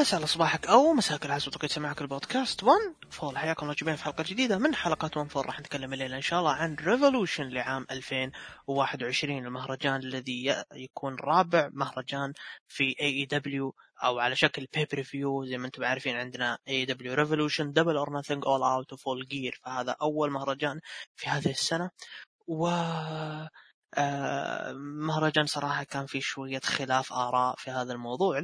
يسعد صباحك أو مساك العسل وتقيت سماعك البودكاست 1 فول. حياكم الله جميعا في حلقة جديدة من حلقات 1 فول. راح نتكلم الليلة إن شاء الله عن ريفولوشن لعام 2021، المهرجان الذي يكون رابع مهرجان في AEW أو على شكل بيبر فيو. زي ما أنتم عارفين عندنا AEW Revolution, Double or Nothing, All Out و Full Gear، فهذا أول مهرجان في هذه السنة. و مهرجان صراحة كان فيه شوية خلاف آراء في هذا الموضوع،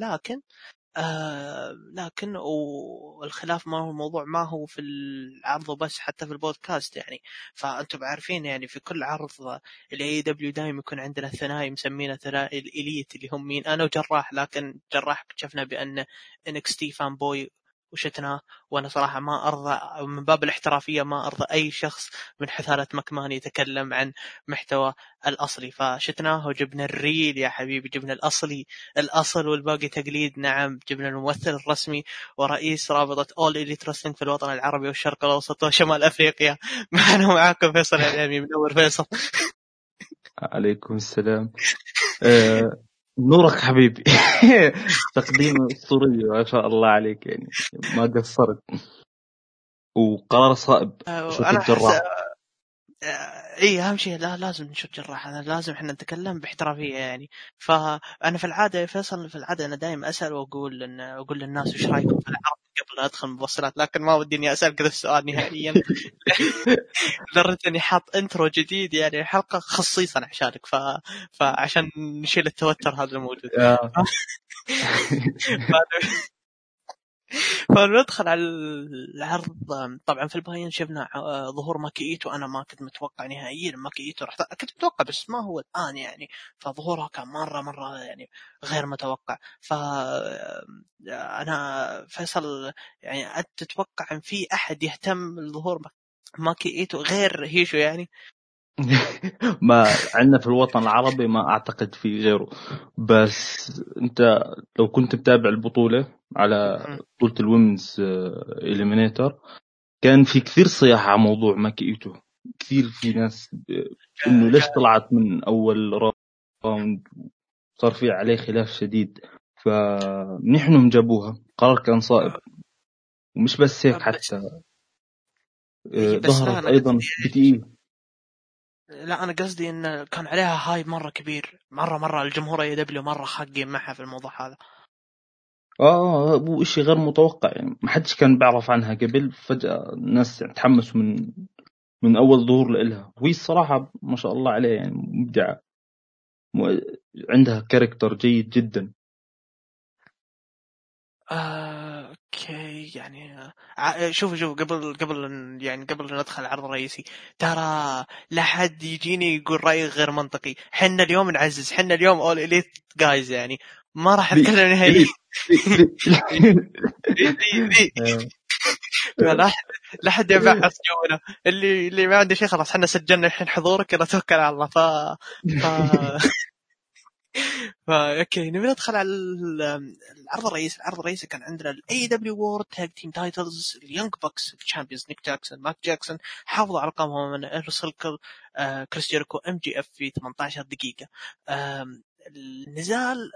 لكن والخلاف ما هو الموضوع، ما هو في العرض وبس، حتى في البودكاست يعني. فأنتم عارفين يعني في كل عرض ال AEW دائما يكون عندنا ثنائي مسمينه ثنائي الإليت، اللي هم مين؟ أنا وجراح. لكن جراح اكتشفنا بأن NXT فان بوي وشتناه، وأنا صراحة ما أرضى من باب الاحترافية، ما أرضى أي شخص من حثالة مكمان يتكلم عن محتوى الأصلي. فشتناه وجبنا الريل يا حبيبي، جبنا الأصلي، الأصل والباقي تقليد. نعم، جبنا الممثل الرسمي ورئيس رابطة All Elite Wrestling في الوطن العربي والشرق الأوسط وشمال أفريقيا. معنا ومعاكم فيصل العليمي. منور فيصل. عليكم السلام. نورك حبيبي. تقديم أسطوري ما شاء الله عليك، يعني ما قصرت، وقرار صائب. شوف أنا الجراح. ايه اهم شيء، لا لازم نشوف جراح، هذا لازم احنا نتكلم باحترافيه يعني. فانا في العاده يا فيصل، في العاده انا دائما اسال واقول للناس وش رايكم في العرض قبل لا ادخل المبصرات، لكن ما ودي اني اسال كذا السؤال نهائيا. لدرجه اني حاط انترو جديد يعني حلقه خصيصا عشانك، فعشان نشيل التوتر هذا الموجود. فندخل على العرض. طبعا في الباين شفنا ظهور ماكييتو. انا ما كنت متوقع نهائيا ماكييتو راح، كنت متوقع بس ما هو الان يعني. فظهورها كان مره يعني غير متوقع. انا فيصل يعني، انت تتوقع ان في احد يهتم لظهور ماكييتو غير هيشو يعني؟ ما عندنا في الوطن العربي ما أعتقد في غيره. بس أنت لو كنت متابع البطولة على بطولة الويمنز إليمينيتر، كان في كثير صياح على موضوع ماكيتو. كثير في ناس إنه ليش طلعت من أول راوند، صار في عليه خلاف شديد. فنحن جابوها، قرار كان صائب. ومش بس هيك، حتى بس لا، ظهرت أنا أيضا قصدي في BTE. لا، أنا قصدي إن كان عليها هاي مرة كبير، مرة الجمهور AEW مرة خاقين معها في الموضوع هذا. هو إشي غير متوقع، يعني ما حدش كان بيعرف عنها قبل. فجأة الناس تحمسوا من أول ظهور لإلها. وهي الصراحة ما شاء الله عليه، يعني مبدعة، عندها كاركتر جيد جدا. اوكي يعني، شوف قبل أن ندخل العرض الرئيسي، ترى لا حد يجيني يقول رأي غير منطقي. حنا اليوم نعزز، حنا اليوم اول اليت جايز يعني، ما راح اتكلم نهائي. لا حد يبعث جونا، اللي ما عنده شيء خلاص، حنا سجلنا الحين حضورك، يلا توكل على الله. ف اوكي، نبي ندخل على العرض الرئيسي. العرض الرئيسي كان عندنا ال AEW World Tag Team Titles. اليونج بوكس الشامبيونز نيك جاكسون ماك جاكسون حافظوا على لقبهم من إيرسلكل كريس جيريكو MGF في 18 دقيقة. النزال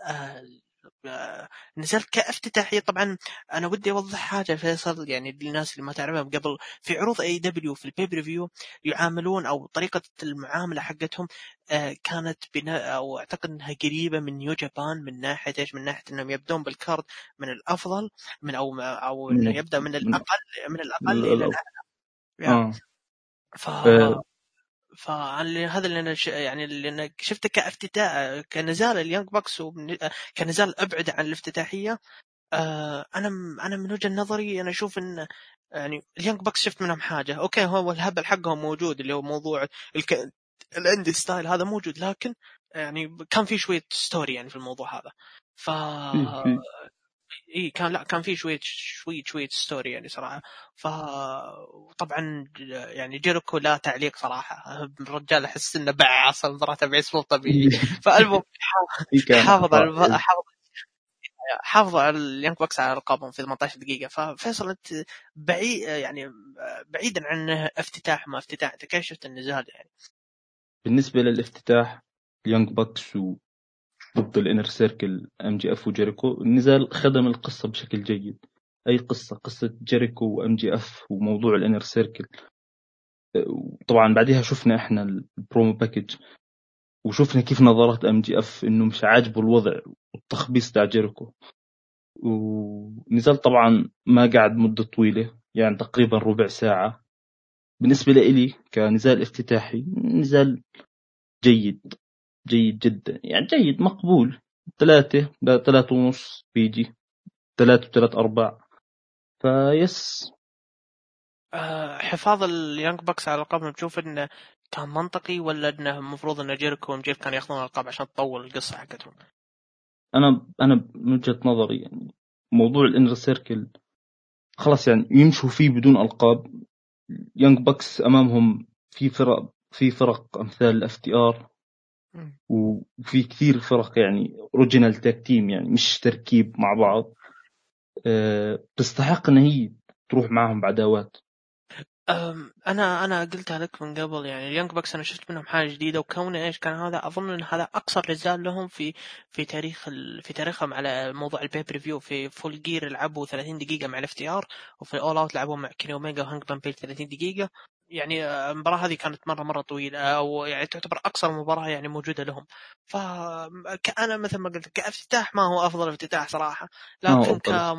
نزلت كافتتاحية. طبعا أنا ودي أوضح حاجة فيصل، يعني للناس اللي ما تعرفها، قبل في عروض AEW في البيبر فيو يعاملون، أو طريقة المعاملة حقتهم كانت أو أعتقد أنها قريبة من نيو جابان. من ناحية إيش؟ من ناحية أنهم يبدون بالكارد من الأفضل، من أو أنه يبدأ من الأقل، إلى الأعلى. ف فهذا اللي أنا يعني اللي أنا شفته كافتتاح، كنزال اليونج بوكس، كنزال أبعد عن الافتتاحية. أنا من وجهة نظري أنا أشوف إن يعني اليونج بوكس شفت منهم حاجة أوكي، هو الهبل حقهم موجود، اللي هو موضوع الاندي ستايل هذا موجود، لكن يعني كان في شوية ستوري يعني في الموضوع هذا. ف كان، لا كان في شوية ستوري يعني صراحة. طبعا يعني جيريكو لا تعليق صراحة، الرجال أحس إنه باع أصلا مباراة بعيس مو طبيعي. فالمهم حافظوا على اليانج بوكس على رقابهم في 18 دقيقة. ففيصل أنت بعيد يعني، بعيدا عن افتتاح ما افتتاح، كيف شفت النزال يعني؟ بالنسبة للافتتاح، اليونج بوكس ضد الانر سيركل MJF وجيريكو. النزال خدم القصة بشكل جيد. أي قصة جيريكو وMJF وموضوع الانر سيركل. طبعا بعدها شفنا احنا البرومو باكج، وشفنا كيف نظرات MJF انه مش عاجبه الوضع والتخبيص تاع جيريكو. ونزال طبعا ما قعد مدة طويلة، يعني تقريبا ربع ساعة. بالنسبة لي كنزال افتتاحي، نزال جيد جدا، يعني جيد مقبول. 3 ل 3.5 بيجي 3 و3/4. فيس. حفاظ اليانج بوكس على الألقاب بتشوف إنه كان منطقي، ولا إنه المفروض إن جيريكو وMJF كانوا ياخذون الألقاب عشان تطول القصة حقتهم؟ أنا من وجهة نظري يعني موضوع الانر سيركل خلاص يعني يمشوا فيه بدون ألقاب. يانج بوكس أمامهم في فرق أمثال FTR، وفي كثير فرق يعني اوريجينال تاك تيم، يعني مش تركيب مع بعض. تستحق ان هي تروح معهم بعداوات. انا قلتها لك من قبل، يعني اليانج بوكس انا شفت منهم حاجه جديده، وكونه ايش كان هذا، اظن ان هذا اقصر نزال لهم في تاريخهم على موضوع البيبر فيو. في فول جير لعبوا 30 دقيقه مع FTR، وفي الاول اوت لعبوا مع كيني اوميجا وهانج مان بيج 30 دقيقه. يعني المباراه هذه كانت مره طويله، او يعني تعتبر اقصر مباراه يعني موجوده لهم. فانا مثل ما قلت كافتتاح ما هو افضل افتتاح صراحه، ما هو لكن افضل.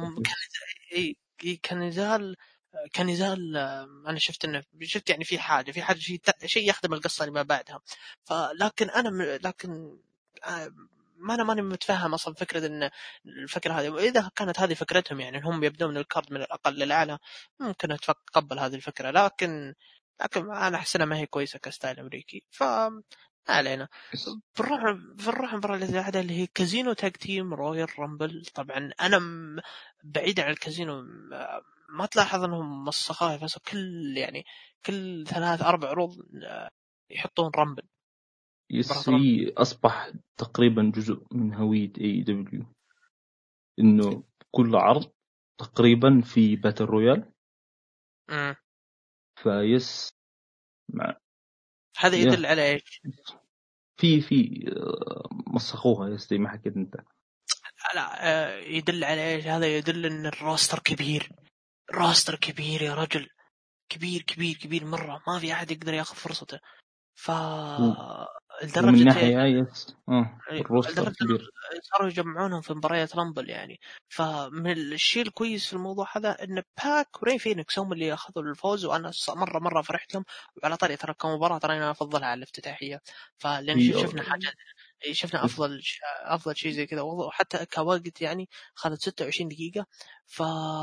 كنزال كنزال انا شفت يعني في حاجه شيء يخدم القصه اللي ما بعدها. فلكن لكن آه، ما انا ماني متفهم اصلا فكره ان الفكره هذه، واذا كانت هذه فكرتهم يعني انهم يبدون من الكارد من الاقل للاعلى، ممكن اتقبل هذه الفكره. لكن انا احسها ما هي كويسه كستايل امريكي. ما علينا. بنروح المباراة اللي بعدها اللي هي كازينو تاج تيم رويال رامبل. طبعا انا بعيد عن الكازينو، ما تلاحظ انهم مسخوها بس كل 3-4 عروض يحطون رامبل، مباراة رامبل. يسي اصبح تقريبا جزء من هوية AEW، انه كل عرض تقريبا في باتل رويال. مم. فيس مع هذا يا يدل على ايش؟ في مسخوها يس زي ما حكيت انت. لا، يدل على ايش؟ هذا يدل ان الروستر كبير. الروستر كبير يا رجل، كبير كبير كبير مرة، ما في أحد يقدر ياخذ فرصته. ف و- ومن لدرجة إيش؟ ناحية يس الروستر لدرجة إنهم كبير. صاروا يجمعونهم في مباريات رامبل يعني. فمن الشيء الكويس في الموضوع هذا إن باك وري فينيكس هم اللي أخذوا الفوز، وأنا مرة فرحت لهم. وعلى طريقة ترى كمباراة ترى أنا أفضلها على الافتتاحية. فلأن هي شفنا حاجة، شفنا أفضل شيء زي كذا، وحتى كوقت يعني خذت 26 دقيقة. ف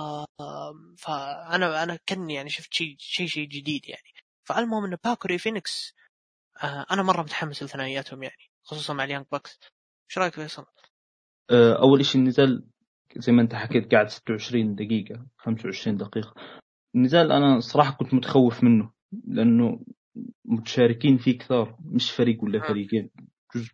فأنا كني يعني شفت شيء جديد يعني. فالمهم إن باك وري فينيكس، أنا مرة متحمس لثنائياتهم يعني، خصوصا مع اليانج باكس. ايش رايك فيصل؟ اول شيء النزال زي ما انت حكيت قاعد 26 دقيقة 25 دقيقة. النزال أنا صراحة كنت متخوف منه، لأنه متشاركين فيه كثار، مش فريق ولا فريقين. جزء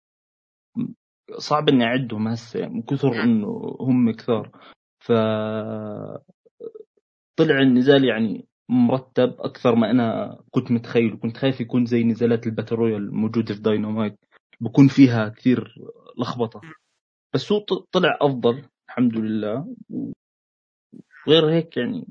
صعب إني أعدهم هسه يعني من كثر إنه هم كثار. فطلع النزال يعني مرتب أكثر ما أنا كنت متخيل. كنت خايف يكون زي نزالات الباتل رويال الموجودة في داينامايت، بكون فيها كثير لخبطة. بس هو طلع أفضل الحمد لله. وغير هيك يعني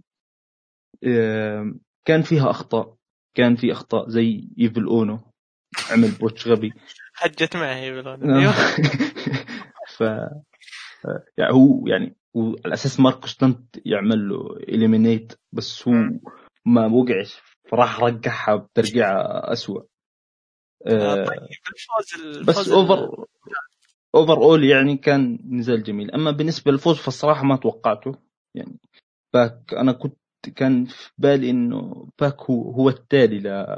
كان فيها أخطاء. كان في أخطاء زي إيفل أونو عمل بوتش غبي. حجت معي بالله. ايوه. ف يعني هو يعني على أساس ماركوس تنت يعمل له إليمينيت، بس هو ما وقعش، فراح رجعها بترجيعة أسوأ. طيب، بس الفوز أوفر أول يعني كان نزال جميل. أما بالنسبة للفوز فالصراحة ما توقعته يعني. باك أنا كان في بالي إنه باك هو التالي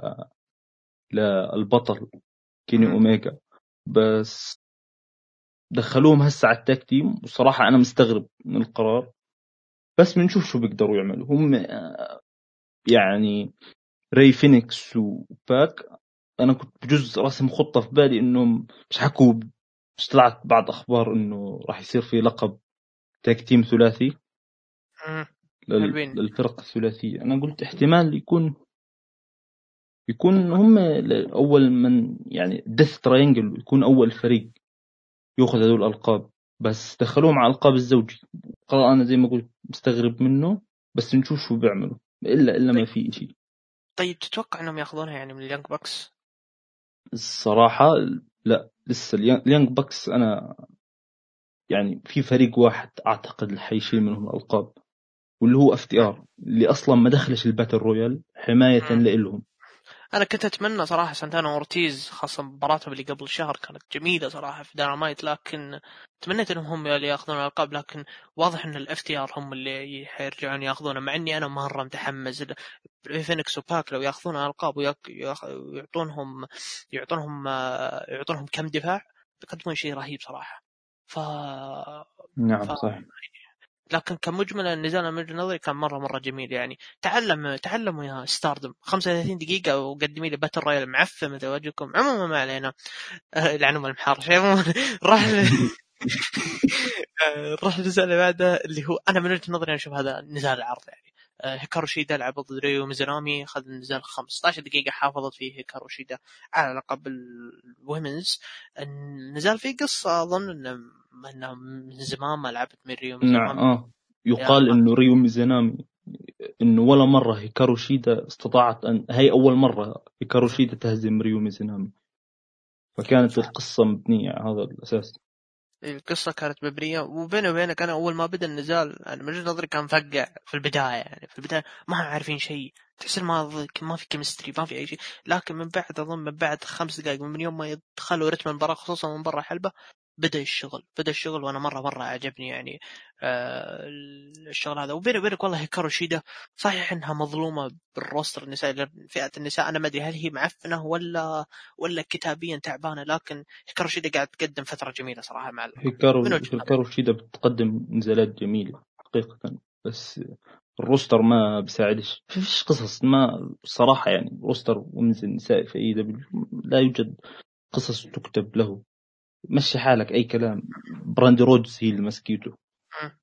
للبطل كيني أوميجا، بس دخلوهم هسه على التاك تيم. وصراحة أنا مستغرب من القرار، بس بنشوف شو بيقدروا يعملوا هم. يعني ري فينيكس وباك، أنا كنت بجزء رسم خطة في بالي إنهم مش حكوا. مش طلعت بعض أخبار إنه راح يصير في لقب تاك تيم ثلاثي حلوين. للفرق الثلاثية. أنا قلت احتمال يكون هم أول من يعني ديث تراينجل، يكون أول فريق يأخذ هذول الألقاب، بس دخلوه مع ألقاب الزوجي. أنا زي ما قلت مستغرب منه، بس نشوف شو بيعملوا. إلا ما في شيء. طيب تتوقع انهم ياخذونها يعني من اليانج بوكس؟ الصراحة لا، لسه اليانج بوكس أنا يعني في فريق واحد أعتقد اللي حيشيل منهم الألقاب، واللي هو FTR، اللي أصلا ما دخلش الباتل رويال حماية لإلهم. انا كنت اتمنى صراحه سانتانا اورتيز، خاصه مباراتهم اللي قبل شهر كانت جميله صراحه في داينامايت، لكن تمنيت انهم هم اللي ياخذون الالقاب، لكن واضح ان FTR هم اللي حيرجعون ياخذونه، مع اني انا مره متحمس. فينيكس وباك لو ياخذون الالقاب ويعطونهم يعطونهم كم دفاع، بيقدمون شيء رهيب صراحه. ف نعم صح. لكن كمجمل النزال من وجهة نظري كان مرة جميل يعني. تعلموا يا ستاردم 35 دقيقة وقدمي لي باتل رويال معفن مثل وجهكم. عموما ما علينا. العنوان المحار عموما. راح نروح النزال اللي بعده، اللي هو انا من وجهة نظري انا اشوف هذا نزال العرض يعني. هيكارو شيدا لعب ضد ريو ميزونامي، اخذ النزال 15 دقيقة حافظت فيه هيكارو شيدا على لقب الويمنز. النزال فيه قصة، اظن انه من زمان ما لعبت من ريو ميزونامي. نعم يقال إنه ريو ميزانامي، إنه ولا مرة هيكارو شيدا استطاعت هي أول مرة هيكارو شيدا تهزم ريو ميزانامي، فكانت القصة مبنية على هذا الأساس. القصة كانت مبنية، وبيني وبينك أنا أول ما بدأ النزال أنا من وجهة نظري كان فقع في البداية، يعني في البداية ما هم عارفين شيء، تحس ما في كيمستري، ما في أي شيء. لكن من بعد أظن من بعد 5 دقائق من يوم ما يدخلوا رتم المباراة خصوصا من برا حلبة، بدأ الشغل وأنا مرة عجبني يعني. الشغل هذا. وبيني وبينك والله هيكارو شيدا صحيح إنها مظلومة بالروستر النساء، فئة النساء أنا ما أدري هل هي معفنة ولا كتابيا تعبانة، لكن هيكارو شيدا قاعد تقدم فترة جميلة صراحة مع اللقب من وجهة هيكارو شيدا بتقدم نزالات جميلة حقيقة، بس الروستر ما بيساعدش، فيش قصص ما صراحة يعني. روستر ومنزل نسائي في AEW لا يوجد قصص تكتب له، مشي حالك أي كلام. براندي رودز هي اللي مسكيته. نظري.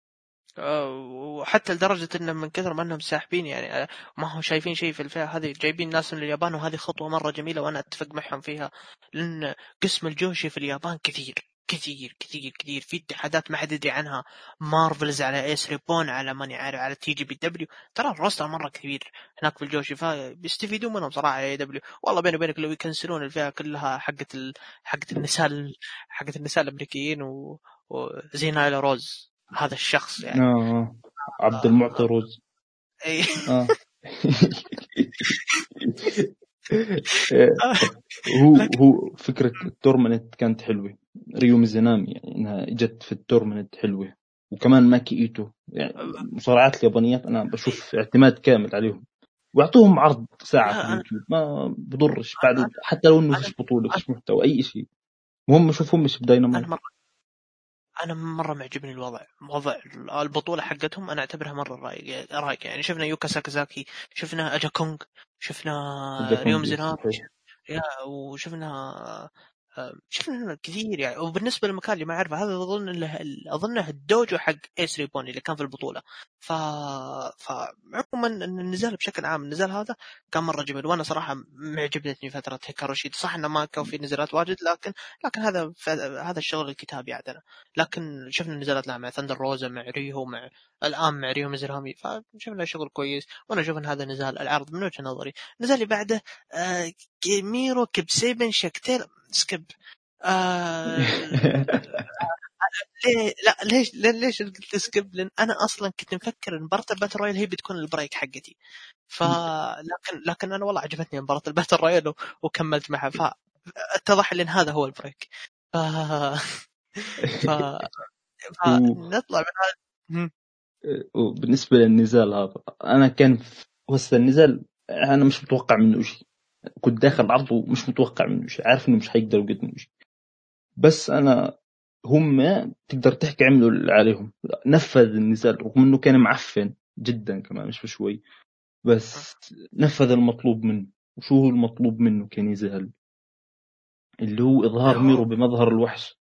وحتى لدرجة إن من كثر ما أنهم ساحبين يعني، ما هم شايفين شيء في الفئة هذه، جايبين ناس من اليابان، وهذه خطوة مرة جميلة وأنا أتفق معهم فيها، لأن قسم الجوشي في اليابان كثير في اتحادات ما حد يدري عنها. مارفلز على ايس ريبون على ماني عارف على TGBW، ترى الروستر مرة كبير هناك في الجوشي، فبيستفيدون منهم صراحة AEW. والله بيني وبينك لو يكنسلون الفئة كلها حقت النساء الأمريكيين وزي نايلا روز، هذا الشخص يعني. عبد المعطي روز. اي. آه. آه، هو فكرة التورمنت كانت حلوة. ريو ميزانامي يعني إنها جت في التورمنت حلوة، وكمان ماكي إيتو. يعني مصارعات اليابانيات أنا بشوف اعتماد كامل عليهم، واعطوهم عرض ساعة في انا اليوتيوب ما بضرش بعد، حتى لو إنه انا فيش بطولة فيش محتوى أي شيء، المهم شوفهم مش بداينامايت. انا مره انا مره معجبني وضع البطوله حقتهم، انا اعتبرها مره رايقه يعني. شفنا يوكا ساكازاكي، شفنا اجا كونغ، شفنا ريوم جاكونجي زينار، صحيح. شفنا كثير يعني. وبالنسبه للمكان اللي ما اعرفه هذا، اظنه الدوجو حق ايس ريبون اللي كان في البطوله. ف عموما النزال بشكل عام، النزال هذا كان مره جميل، وانا صراحه معجبتني فتره هيكارو شيدا. صح انه ما كان في نزالات واجد، لكن هذا الشغل الكتابي عندنا. لكن شفنا نزالات مع ثاندر روزا، مع ريهو، الان مع ريهو ميزرامي، فشفنا شغل كويس. وانا اشوف ان هذا نزال العرض من وجهه نظري. النزال اللي بعده كيميرو كبسيبن شكتيل سكيب. آه... ليه لا ليش قلت سكيب؟ لان انا اصلا كنت مفكر ان مباراه الباتل رويال هي بتكون البريك حقتي. لكن انا والله عجبتني مباراه الباتل رويال وكملت معها، فاتضح لي ان هذا هو البريك. ف... ف... فنطلع من هذا. وبالنسبة للنزال هذا أنا كان وسط النزال أنا مش متوقع منه شيء. كنت داخل العرض ومش متوقع منه شيء، عارف إنه مش حيقدروا يقدموا شيء، بس أنا هم تقدر تحكي عملوا اللي عليهم. نفذ النزال رغم إنه كان معفن جدا كمان مش بشوي، بس نفذ المطلوب منه. وشو هو المطلوب منه كنزال؟ اللي هو إظهار ميرو بمظهر الوحش.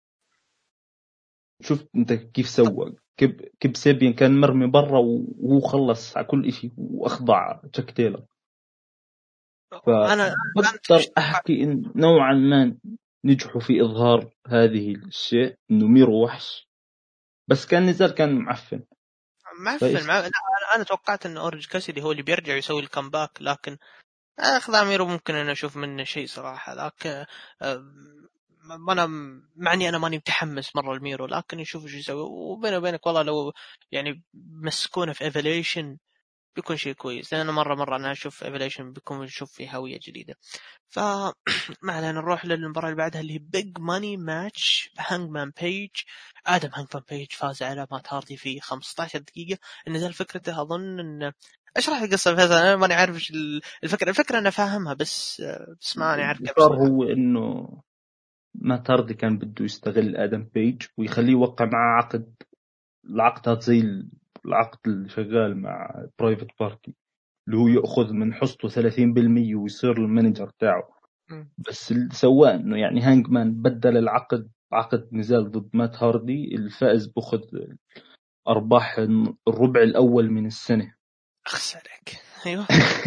شفت انت كيف سوى؟ كيب سيبين كان مرمي برا وهو خلص على كل إشي واخضع تشاك تايلر. انا فبقدر احكي ان نوعا ما نجحوا في إظهار هذه الشيء إنه ميرو وحش، بس كان نزال كان معفن. معفن لا، انا توقعت ان اورج كاسيدي هو اللي بيرجع يسوي الكامباك، لكن اخذ اميرو ممكن انا اشوف منه شيء صراحه. لكن انا معني انا ماني متحمس مره الميرو، لكن نشوف ايش يسوي. وبيني وبينك والله لو يعني مسكونه في ايفوليشن بيكون شيء كويس، لان أنا مره انا اشوف ايفوليشن بيكون نشوف فيه هويه جديده. ف ما علينا، نروح للمباراه اللي بعدها اللي هي بيج ماني ماتش هانجمان بيج. ادم هانجمان بيج فاز على مات هاردي في 15 دقيقه. النزال فكرته اظن ان اشرح القصه، فيصل انا ماني عارف ايش الفكره انا فاهمها، بس ماني عارف كيف صار اشرحها. هو إنه ما تاردي كان بده يستغل آدم بيج ويخليه يوقع معه عقد. العقد هذا زي العقد اللي شغال مع برايفت بارتي، اللي هو يأخذ من حصته 30% ويصير المانجر تاعه. بس اللي سواه انه يعني هانجمان بدل العقد عقد نزال ضد مات هاردي، الفائز بأخذ أرباح الربع الأول من السنة. اخس عليك. ايوه.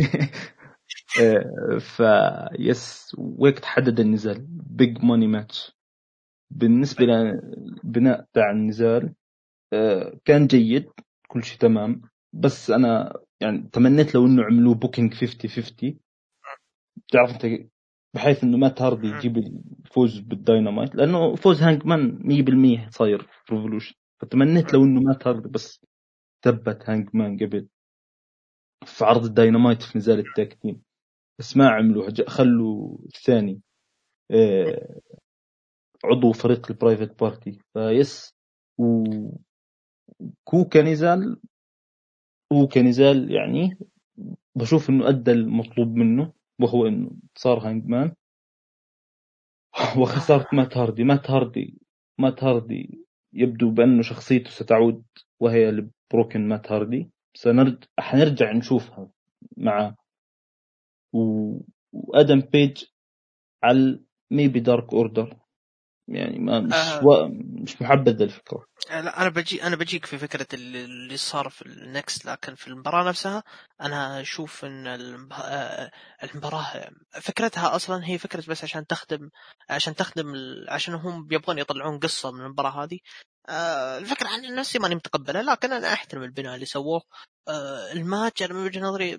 فيس ويك تحدد النزال بيج ماني ماتش. بالنسبة للبناء تاع النزال كان جيد، كل شيء تمام. بس أنا يعني تمنيت لو إنه عملوه بوكينج 50-50، تعرف أنت، بحيث إنه مات هاردي يجيب الفوز بالداينامايت، لأنه فوز هانجمان 100% صاير في ريفولوشن. فتمنيت لو إنه مات هاردي بس ثبت هانجمان قبل في عرض الداينامايت في نزال التاك تيم. بس ما عملوا، خلوا الثاني عضو فريق البرايفت بارتي. فيس وكو كنزال، هو كنزال يعني بشوف انه ادى المطلوب منه، وهو انه صار هانجمان وخسرت مات هاردي يبدو بانه شخصيته ستعود، وهي البروكن مات هاردي. حنرجع نشوفها مع وادم بيج على ميبي دارك اوردر. يعني ما مش محبذ الفكره. لا، انا بجيك في فكره اللي صار في النكست، لكن في المباراه نفسها انا اشوف ان المباراه فكرتها اصلا هي فكره بس عشان هم بيبغون يطلعون قصه من المباراه هذه. الفكره عن نفسي ماني متقبلها، لكن انا احترم البناء اللي سووه. الماتش انا من وجهه نظري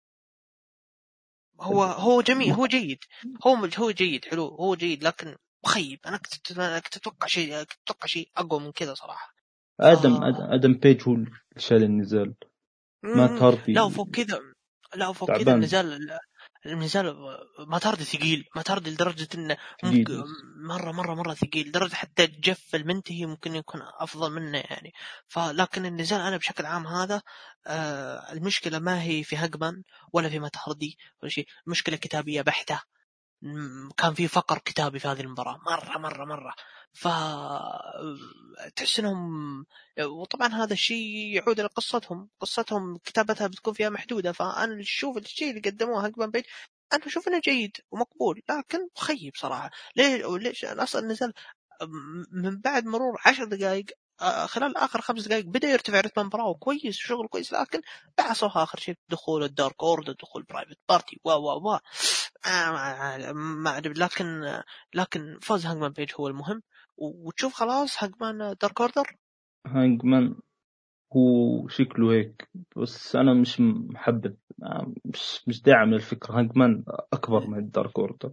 هو جميل، هو جيد. هو جيد حلو، هو جيد، لكن مخيب. انا كنت اتوقع شيء اقوى من كذا صراحه. ف ادم بيج هو اللي شال النزال. مات لا هاردي وفوق كذا، تعبان النزال ما ترضي ثقيل، ما ترضي لدرجة انه ممكن ثقيل. مرة ثقيل، لدرجة حتى جف المنتهي ممكن يكون افضل منه يعني. فلكن النزال انا بشكل عام هذا المشكلة ما هي في هجمان ولا في متهردي ولا شيء، مشكلة كتابية بحتة. كان في فقر كتابي في هذه المباراة مرة. ف تحس انهم، وطبعا هذا الشيء يعود الى قصتهم كتابتها بتكون فيها محدودة. فانا اشوف الشيء اللي قدموه هاكمان بيج انا اشوف انه جيد ومقبول، لكن مخيب صراحة. ليش انا اصلا نزل من بعد مرور 10 دقائق، خلال اخر 5 دقائق بدا يرتفع رتم المباراه كويس، شغل كويس، لكن بعصوها اخر شيء دخول الدارك اوردر، دخول برايفت بارتي و ما عجب. لكن فوز هانجمان بيج هو المهم. وتشوف خلاص هانجمان دارك اوردر. هانجمان هو شكله هيك، بس انا مش محبذ، مش داعم للفكره. هانجمان اكبر من الدارك اوردر.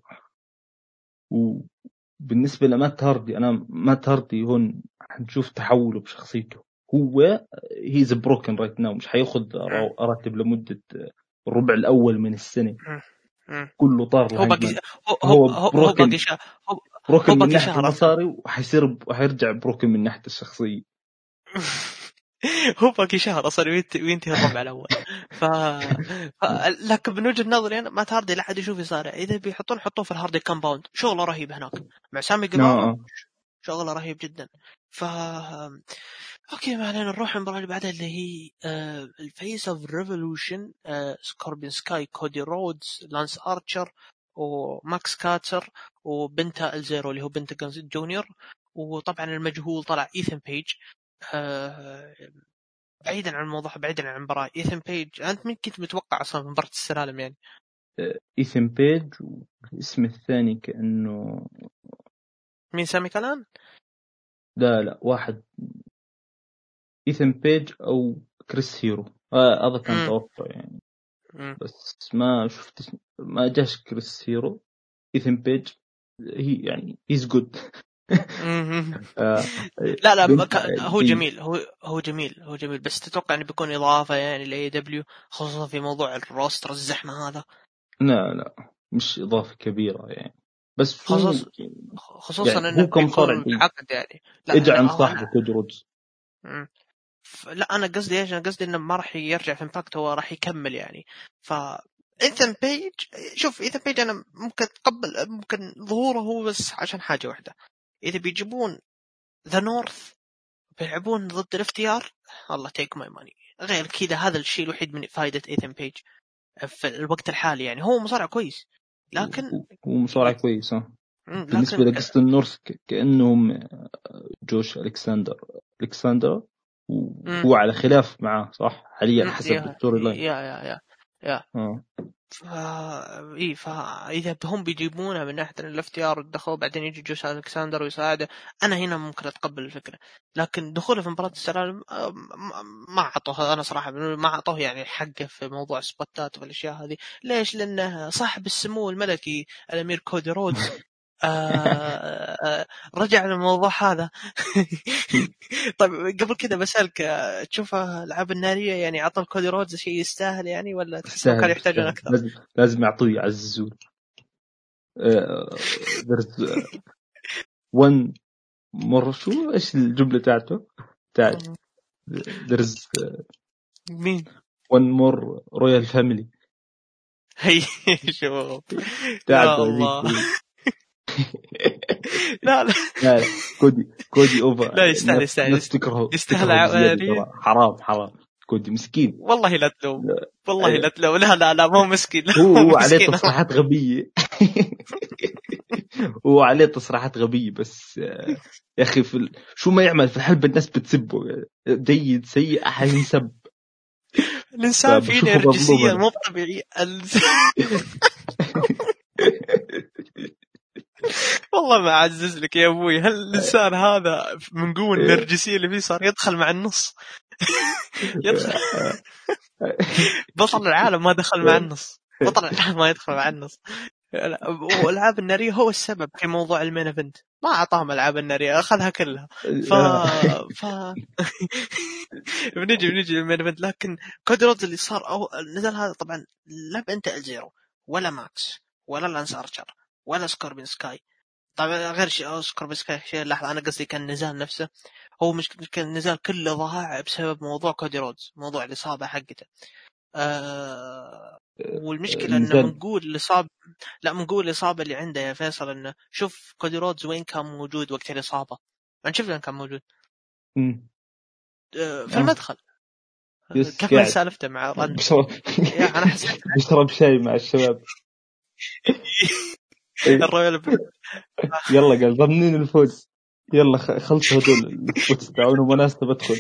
وبالنسبه لمات هاردي، انا مات هاردي هون حنشوف تحوله بشخصيته. هو هيز بروكن رايت ناو، مش حياخذ راتب لمده الربع الاول من السنه كله طار هو باقي لهانجمان. هو هو هو هو هو باقي بروكن، شهر. هو, بروكن هو من باقي ناحيه شهر اصلا. المصاري، وحيرجع بروكن من ناحيه الشخصيه. هو باقي شهر اصلا وينتهي الربع الاول. ف... لكن من وجهه نظري انا ما تاردي لا حد يشوف يصارع، اذا بيحطون حطوه في الهاردي كامباوند، شغله رهيب هناك مع سامي جيفارا، اه شغله رهيب جدا. ف اوكي، ما علينا، نروح المباراه اللي بعدها اللي هي الفيس اوف ريفولوشن، سكوربين سكاي، كودي رودز، لانس ارشر، وماكس كاتر، وبنتا الزيرو اللي هو بنتا جونز جونيور. وطبعا المجهول طلع ايثن بيج. آه، بعيدا عن الموضوع، بعيدا عن المباراة، ايثن بيج انت مين كنت متوقع اصلا في مباراة السلالم يعني؟ ايثن بيج، والاسم الثاني كأنه مين سامي كلام؟ لا واحد إيثن بيج أو كريس هيرو، هذا كان توقع يعني. بس ما شفت، ما جاش كريس هيرو. إيثن بيج هي يعني he's good. لا بنت هو دي. جميل، هو جميل، بس تتوقع انه بيكون اضافه يعني لاي دبليو، خصوصا في موضوع الروستر الزحمه هذا؟ لا مش إضافة كبيرة يعني، بس هو خصوصا يعني انه هو كمصارع بيكون جيد. بعقد يعني. لا اجى لا عند هو صاحبه انا كودي رودز. لا انا قصدي ايش، انا قصدي انه ما راح يرجع في امباكت، هو راح يكمل يعني. ف ايثن بيج، شوف ايثن بيج انا ممكن اتقبل ممكن ظهوره هو بس عشان حاجه واحده، اذا بيجيبون ذا نورث بيلعبون ضد الاف تي ار، الله تيك ماي ماني. غير كذا هذا الشيء الوحيد من فائده ايثن بيج في الوقت الحالي يعني. هو مصارع كويس لكن هو مصارع كويس بالنسبة لكن لقصة النورث كأنهم جوش ألكساندر وهو على خلاف معاه صح حاليا حسب يا الستوري لاين. يا يا يا يا آه. فإذا هم بيجيبونه من ناحية الافتيار الدخول بعدين يجي جوش ألكساندر ويساعده، أنا هنا ممكن أتقبل الفكرة. لكن دخوله في مباراة السلالم ما أعطوه، أنا صراحة ما أعطوه يعني حقه في موضوع سبوتات والأشياء هذه. ليش؟ لأنه صاحب السمو الملكي الأمير كودي رودز رجع للموضوع هذا. طيب قبل كده بسألك، تشوف الألعاب النارية يعني عطى كودي رودز شيء يستاهل يعني، ولا تحس إنه كان يحتاجون يستاهل، أكثر؟ لازم يعطوه يعززوه. there's one more، شو ايش الجملة تاعته تاعت there's مين؟ one more royal family هي شوف يا بتاعته هذيك. الله. لا لا لا كودي اوفر. لا، يستاهل الناس تكرهه يستاهل ألعاب بزياده نارية. ترى، حرام كودي مسكين. والله لا تلوم، لا. والله لا تلوم، لا مو مسكين، لا مو هو عليه مسكين. تصريحات غبيه. هو عليه تصريحات غبيه بس يا اخي شو ما يعمل في الحلبة الناس بتسبه، جيد سيء احد ينسب. الإنسان فيه فبشوفه مظلوم نرجسية انا. مو طبيعية. والله ما أعزز لك يا أبوي، هل الإنسان هذا من قوة النرجسية اللي فيه صار يدخل مع النص؟ يدخل بطل العالم ما دخل مع النص، بطل العالم ما يدخل مع النص. والألعاب النارية هو السبب في موضوع المين ايفنت، ما أعطاهم ألعاب النارية، أخذها كلها. ف ف بنجي للمين ايفنت. لكن كودي رودز اللي صار أو نزل هذا طبعا لا بإنت زيرو ولا ماكس ولا لانس أرشر ولا سكوربين سكاي. طبعا غير شيء سكوربين سكاي شيء، لحظة أنا قصدي كان النزال نفسه، هو مش كان النزال كله ضاع بسبب موضوع كودي رودز، موضوع الإصابة حقته. والمشكلة انه نزل. منقول الإصابة، لا منقول الإصابة اللي عنده يا فيصل، انه شوف كودي رودز وين كان موجود وقت الإصابة. انا شوف وين كان موجود، في المدخل، يس كمل قاعد سالفته مع راندي. بشرب يا انا حسيت بشرب شاي مع الشباب. إيه. الرويال يلا قال ضمنين الفوز، يلا خلصوا هدول السبوتس تاعون ومناسبة بدخل.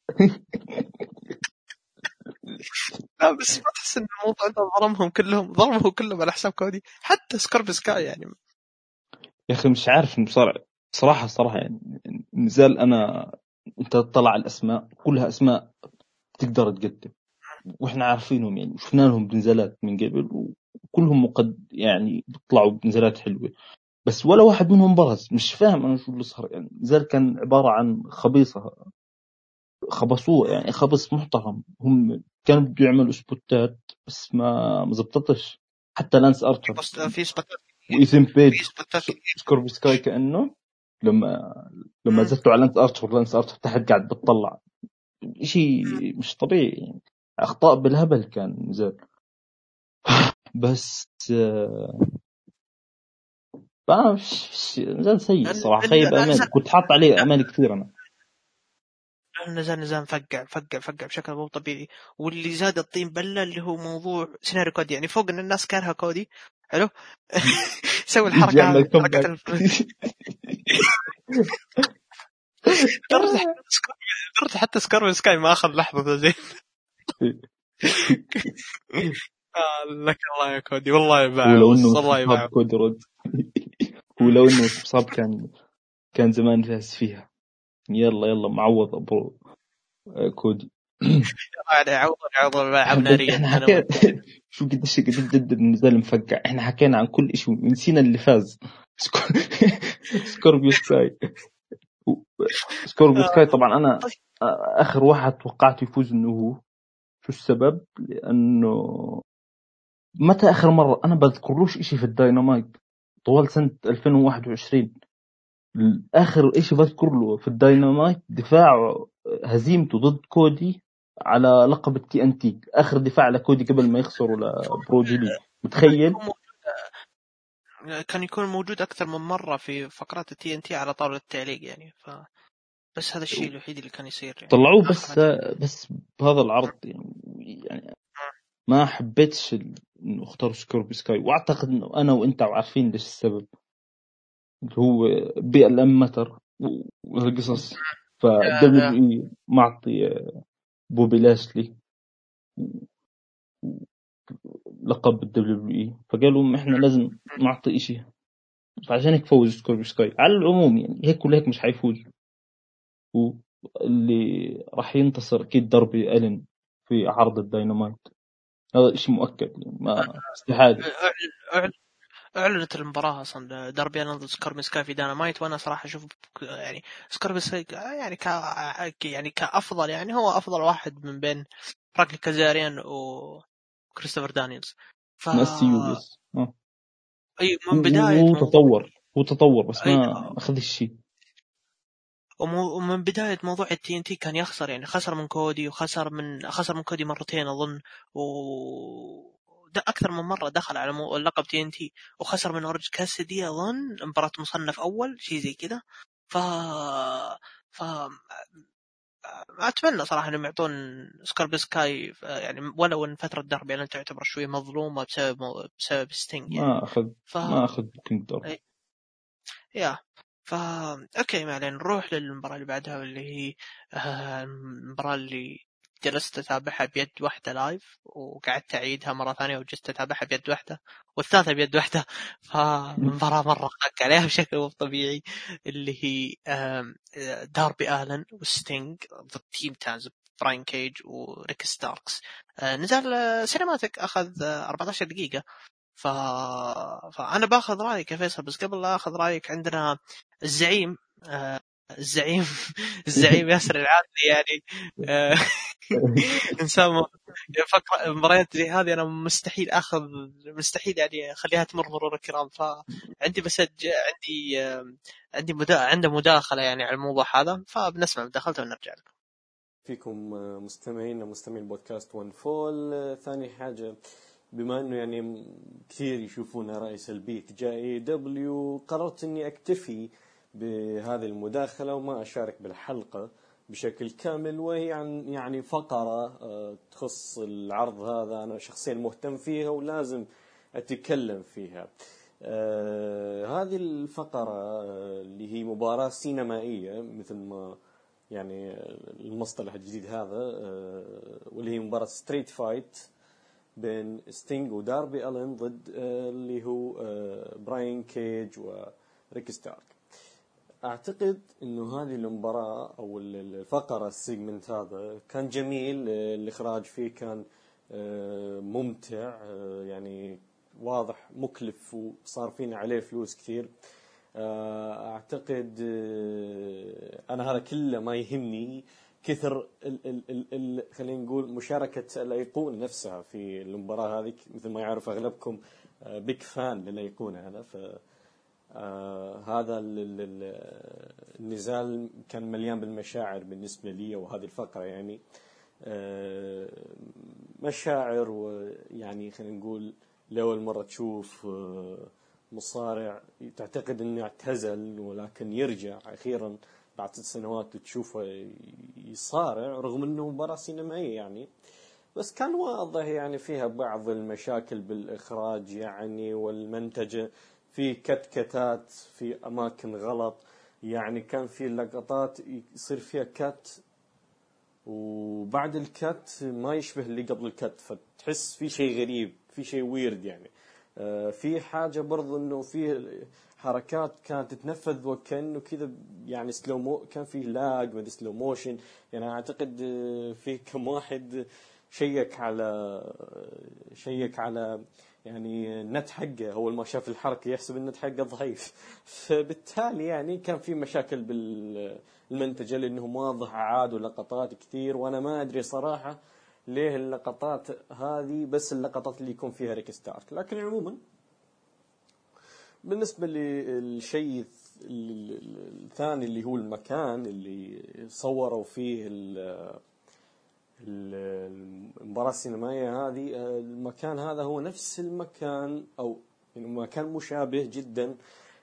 لا بس ما تحس ان الموضوع ده ظلمهم كلهم على حساب كودي، حتى سكورب سكاي يعني. يا اخي مش عارف صراحة يعني نزال. انا انت تطلع على الاسماء كلها اسماء تقدر تقدم، واحنا عارفينهم يعني وشفنا لهم بنزالات من قبل، وكلهم يعني بيطلعوا بنزالات حلوة، بس ولا واحد منهم برز. مش فاهم انا شو اللي صار يعني. نزال كان عبارة عن خبصوه يعني، خبص محترم. هم كانوا بده يعملوا سبوتات بس ما زبطتش. حتى لانس ارشر في سبوتات وايثن في بيج سبوتات سكوربي سكاي كأنه لما زدتوا على لانس ارشر تحت قاعد بتطلع شيء مش طبيعي يعني. اخطاء بالهبل كان نزال. بس نزال سيء صراحة، خيب امالي. كنت حاط عليه امالي كثير انا. نزال فقع بشكل مو طبيعي. واللي زاد الطين بلة اللي هو موضوع سيناريو كودي، يعني فوق ان الناس كارهه كودي حلو. سوي يجي الحركه يعمل هذه، كومباك. حركه درجة حتى سكاربين سكاي ما اخذ لحظه زين. لك الله يا كودي، والله ولو يبعوص، انه مش الله مصاب يبعوص. كود رود ولو انه مش مصاب كان كان زمان فاز فيها. يلا معوض ابو كودي. يعني عوض الملعب ناريا احنا انا حكينا وانت. شو قديش جد النزال مفقع. احنا حكينا عن كل شيء ونسينا اللي فاز. سكوربيو سكاي. سكوربيو سكاي طبعا انا طيب. اخر واحد توقعت يفوز انه هو. شو السبب؟ لانه متى اخر مره انا بذكرلوش اشي في الداينامايت طوال سنه 2021. اخر اشي بذكر له في الداينامايت دفاع هزيمته ضد كودي على لقب التي ان تي. اخر دفاع لكودي قبل ما يخسروا لبروجيلي. متخيل؟ كان يكون موجود اكثر من مره في فقرات التي ان تي على طاوله التعليق يعني. بس هذا الشيء الوحيد اللي كان يصير يعني طلعوه اخر هذه. بس بهذا العرض يعني ما حبيتش انه اختاروا سكوربي سكاي. واعتقد انه انا وانت عارفين ليش السبب، اللي هو بيئة الامتر والقصص. فالدبليو اي معطي بوبي لاشلي لقب الدبليو اي، فقالوا احنا لازم نعطي اشي. فعشان هيك فوز سكوربي سكاي. على العموم يعني هيك ولا هيك مش حيفوز. واللي راح ينتصر اكيد داربي ألين في عرض الداينامايت. هذا شيء مؤكد يعني ما استحاله. أعلن- اعلنت المباراه اصلا داربي ألين ضد سكوربي سكاي في داينامايت. وانا صراحه اشوف يعني سكوربي سكاي يعني يعني كافضل، يعني هو افضل واحد من بين فرانكلي كازاريان وكريستوفر دانييلز. ف ناسي يو يس اي من بدايه موضوع. هو تطور بس اي ما اخذ الشيء. ومن بداية موضوع التي ان تي كان يخسر، يعني خسر من كودي خسر من كودي مرتين اظن. و ده اكثر من مرة دخل على اللقب تي ان تي، وخسر من اورج كاسدي اظن مباراة مصنف اول شيء زي كذا. ف ف اتمنى صراحة انهم يعطون سكوربي سكاي يعني ولو ان فترة دربي لان تعتبر شوية مظلومة بسبب ستينج يعني. ف ما اخذ بوكينج دور. يا اوكي، ما علينا، نروح للمباراة اللي بعدها واللي هي المباراة اللي جلست أتابعها بيد واحدة لايف، وقعدت أعيدها مرة ثانية وجلست أتابعها بيد واحدة، والثالثة بيد واحدة. فمباراة مرة خاك عليها بشكل مو طبيعي، اللي هي داربي آلن وستينج ضد تيم تاز براين كيج وريك ستاركس. نزال سينماتيك أخذ 14 دقيقة. ف... فأنا باخذ رأيك يا فيصل، بس قبل لا أخذ رأيك عندنا الزعيم الزعيم الزعيم ياسر العادلي يعني. آه، إنسان فقرة مباريات زي هذه أنا مستحيل يعني أخليها تمر مرور الكرام. فعندي عنده مداخلة يعني على الموضوع هذا، فبنسمع مداخلته ونرجع لكم. فيكم مستمعين بودكاست ون فول. ثاني حاجة، بما انه يعني كثير يشوفون رأي سلبي تجاه اي دبليو، قررت اني اكتفي بهذه المداخلة وما اشارك بالحلقة بشكل كامل. وهي عن يعني فقرة تخص العرض هذا انا شخصيا مهتم فيها ولازم اتكلم فيها. هذه الفقرة اللي هي مباراة سينمائية مثل ما يعني المصطلح الجديد هذا، واللي هي مباراة ستريت فايت بين ستينج وداربي ألين ضد اللي هو براين كيج وريك ستارك. أعتقد إنه هذه المباراة أو الفقرة السيجمنت هذا كان جميل. الإخراج فيه كان ممتع، يعني واضح مكلف وصار فينا عليه فلوس كثير. أعتقد أنا هذا كله ما يهمني كثر خلينا نقول مشاركة الأيقونة نفسها في المباراة هذه. مثل ما يعرف أغلبكم بيك فان للأيقونة هذا. هذا النزال كان مليان بالمشاعر بالنسبة لي، وهذه الفقرة يعني مشاعر. ويعني خلينا نقول لأول مرة تشوف مصارع تعتقد انه اعتزل ولكن يرجع اخيرا بعد 6 سنوات وتشوفه يصارع رغم انه مباراة سينمائية يعني. بس كان واضح يعني فيها بعض المشاكل بالاخراج يعني والمنتج، في كتات في اماكن غلط. يعني كان في لقطات يصير فيها كت وبعد الكت ما يشبه اللي قبل الكت، فتحس في شيء غريب، في شيء ويرد يعني. في حاجة برضو انه في حركات كانت تتنفذ وكأنه كذا يعني كان في لاج وذ سلو موشن. يعني اعتقد في كم واحد شيك على يعني النت حقه اول ما شاف الحركة يحسب النت حقه ضعيف، فبالتالي يعني كان في مشاكل بالمنتج لانه واضح عاد لقطات كثير، وانا ما ادري صراحة ليه اللقطات هذه بس اللقطات اللي يكون فيها ريك ستارك. لكن عموما بالنسبة للشيء الثاني اللي هو المكان اللي صوروا فيه المباراة السينمائية هذه، المكان هذا هو نفس المكان أو مكان مشابه جدا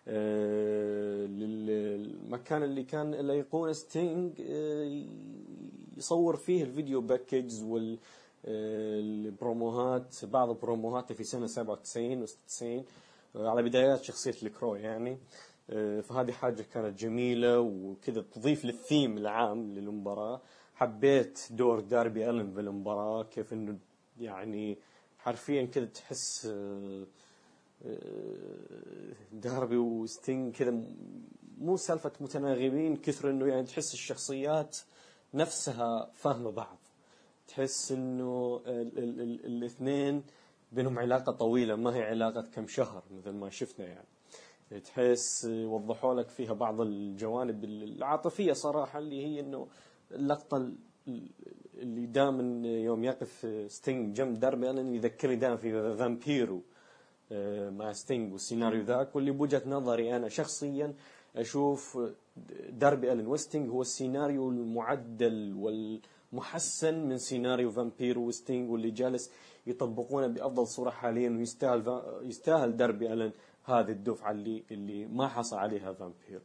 للمكان اللي كان الأيقونة ستينج يصور فيه الفيديو باكيجز والبروموهات، بعض البروموهات في سنة 97 و 96 على بدايات شخصية الكرو يعني. فهذه حاجة كانت جميلة وكذا تضيف للثيم العام للمباراة. حبيت دور داربي ألين بالمباراة، كيف إنه يعني حرفيا كذا تحس داربي وستينج كذا مو سالفة متناغمين كثر، إنه يعني تحس الشخصيات نفسها فاهمة بعض، تحس إنه الاثنين بينهم علاقة طويلة ما هي علاقة كم شهر مثل ما شفنا يعني. تحس وضحوا لك فيها بعض الجوانب العاطفية صراحة، اللي هي إنه اللقطة اللي دائما يوم يقف ستينج جنب داربي ألين يذكرني دائما في فامبيرو مع ستينج والسيناريو ذاك، واللي بوجهة نظري أنا شخصيا أشوف داربي ألين وستينج هو السيناريو المعدل والمحسن من سيناريو فامبيرو وستينج، واللي جالس يطبقونه بأفضل صورة حاليا، ويستاهل داربي ألين هذه الدفعة اللي ما حصل عليها فامبيرو.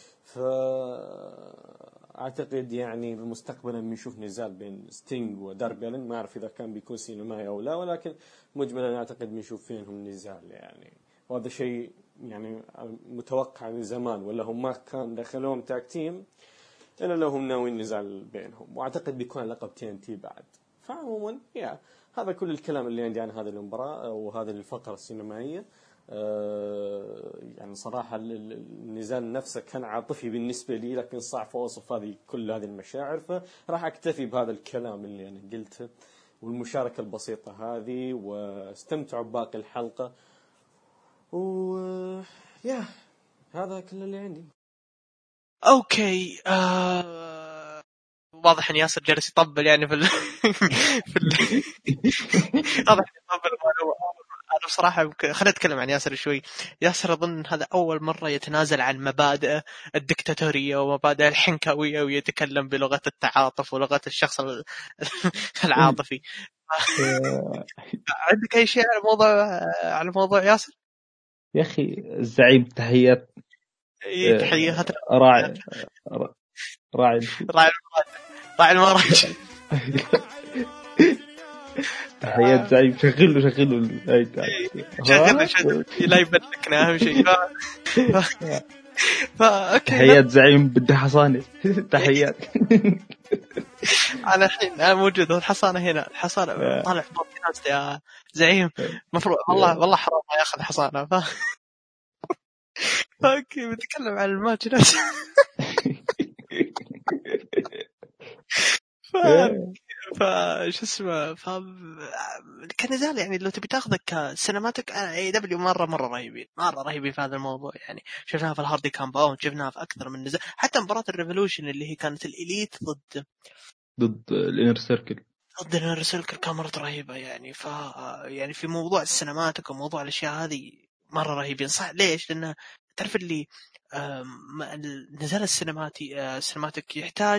فأعتقد يعني بالمستقبل بنشوف نزال بين ستينج وداربي ألين، ما أعرف إذا كان بيكون سينمائي أو لا، ولكن مجملا أعتقد بنشوف فيهم نزال يعني. وهذا شيء يعني متوقع من زمان، ولا هم ما كان دخلوهم تاك تيم إلا لو هم ناويين نزال بينهم، وأعتقد بيكون لقب TNT بعد. فعموما هذا كل الكلام اللي عندي عن هذه المباراة وهذه الفقرة السينمائية. يعني صراحة النزال نفسه كان عاطفي بالنسبة لي، لكن صعب أوصف كل هذه المشاعر، فراح أكتفي بهذا الكلام اللي أنا قلته والمشاركة البسيطة هذه، واستمتعوا بباقي الحلقة. هذا كل اللي عندي. أوكي. واضح ان ياسر جالس يطبل يعني في واضح يطبل. انا بصراحه خلينا نتكلم عن ياسر شوي. ياسر اظن هذا اول مره يتنازل عن مبادئ الدكتاتوريه ومبادئ الحنكويه ويتكلم بلغه التعاطف ولغه الشخص العاطفي. عندك اي شيء على موضوع ياسر يا اخي الزعيم تحيات. تحيات راعي المراجع. تحيات زعيم. شغله لا يبلكنا اهم شيء. تحيات زعيم بدي حصانه. تحيات. انا الحين انا موجود الحصانه هنا. الحصانه طالع بودكاست يا زعيم، مفروض والله حرام ياخذ حصانه. اوكي بنتكلم عن الماتش نفسه. فش اسمه كنزال يعني لو تبي تاخذك كسينماتيك AEW مرة رهيبين في هذا الموضوع. يعني شفناها في الهاردي كامباوند، شفناها في أكثر من نزال، حتى مباراة الريفولوشن اللي هي كانت الإليت ضد الإنر سيركل كانت رهيبة يعني. يعني في موضوع السينماتيك وموضوع الأشياء هذه مرة رهيبين صح. ليش؟ لأنه تعرف اللي النزال السينماتيك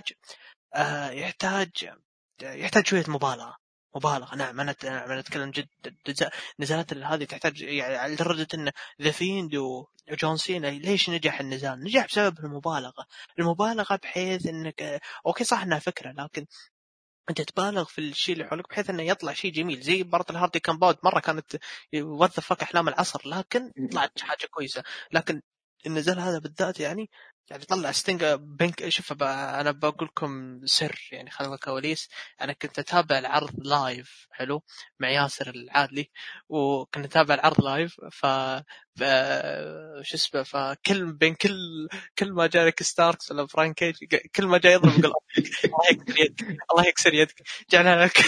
يحتاج شوية مبالغة. نعم أنا أتكلم جد. نزالات هذه تحتاج يعني على درجة إن ذا فيند وجون سينا ليش نجح النزال؟ نجح بسبب المبالغة بحيث إنك أوكي صح إنها فكرة، لكن أنت تبالغ في الشيء اللي حولك بحيث إنه يطلع شيء جميل. زي مباراة الهاردي كامباوند مرة كانت وظف أحلام العصر، لكن طلعت حاجة كويسة. لكن النزال هذا بالذات يعني يعني طلع ستينج بنك. شوف انا بقول لكم سر يعني خلف الكواليس. انا كنت اتابع العرض لايف حلو مع ياسر العادلي، وكنت اتابع العرض لايف شو اسمه، فكل بين كل ما جاء لك ستاركس ولا فرانكيج، كل ما جاء يضرب يقول الله يكسر يدك، الله يكسر يدك، جعلها لك.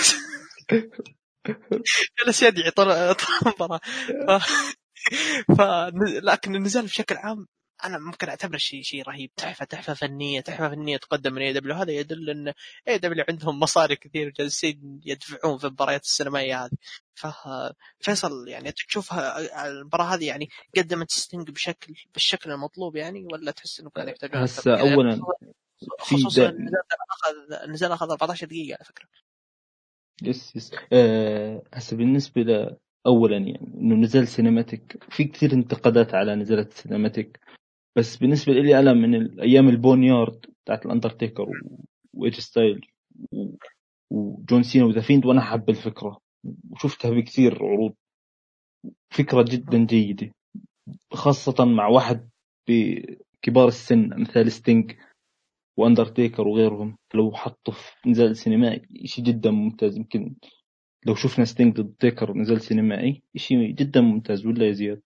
جلس يدعي طول المباراة. ف... لكن النزال بشكل عام انا ممكن اعتبره شيء رهيب، تحفه فنيه تقدم من اي دبليو. هذا يدل ان اي دبليو عندهم مصاري كثير جالسين يدفعون في المباريات السينمائيه هذه. ففيصل يعني تشوف المباراه هذه يعني قدمت ستينج بالشكل المطلوب يعني، ولا تحس انه كان يحتاجون اكثر هسه كذا؟ اولا في خصوصا النزال اخذ 14 دقيقه على فكره. يس هسه بالنسبة أولا يعني إنه نزل سينماتيك، في كثير انتقادات على نزلت سينماتيك، بس بالنسبة لي أنا من الأيام البونيارد بتاعت الأندرتيكر وإيج ستايل وجون سينا وذا فيند، وأنا حب الفكرة وشفتها بكثير عروض. فكرة جدا جيدة، خاصة مع واحد بكبار السن مثال ستينج وأندرتيكر وغيرهم. لو حطوا في نزال سينمائي شيء جدا ممتاز. يمكن لو شفنا ستينج ضد تيكر نزل سينمائي شيء جدا ممتاز، ولا يا زياد؟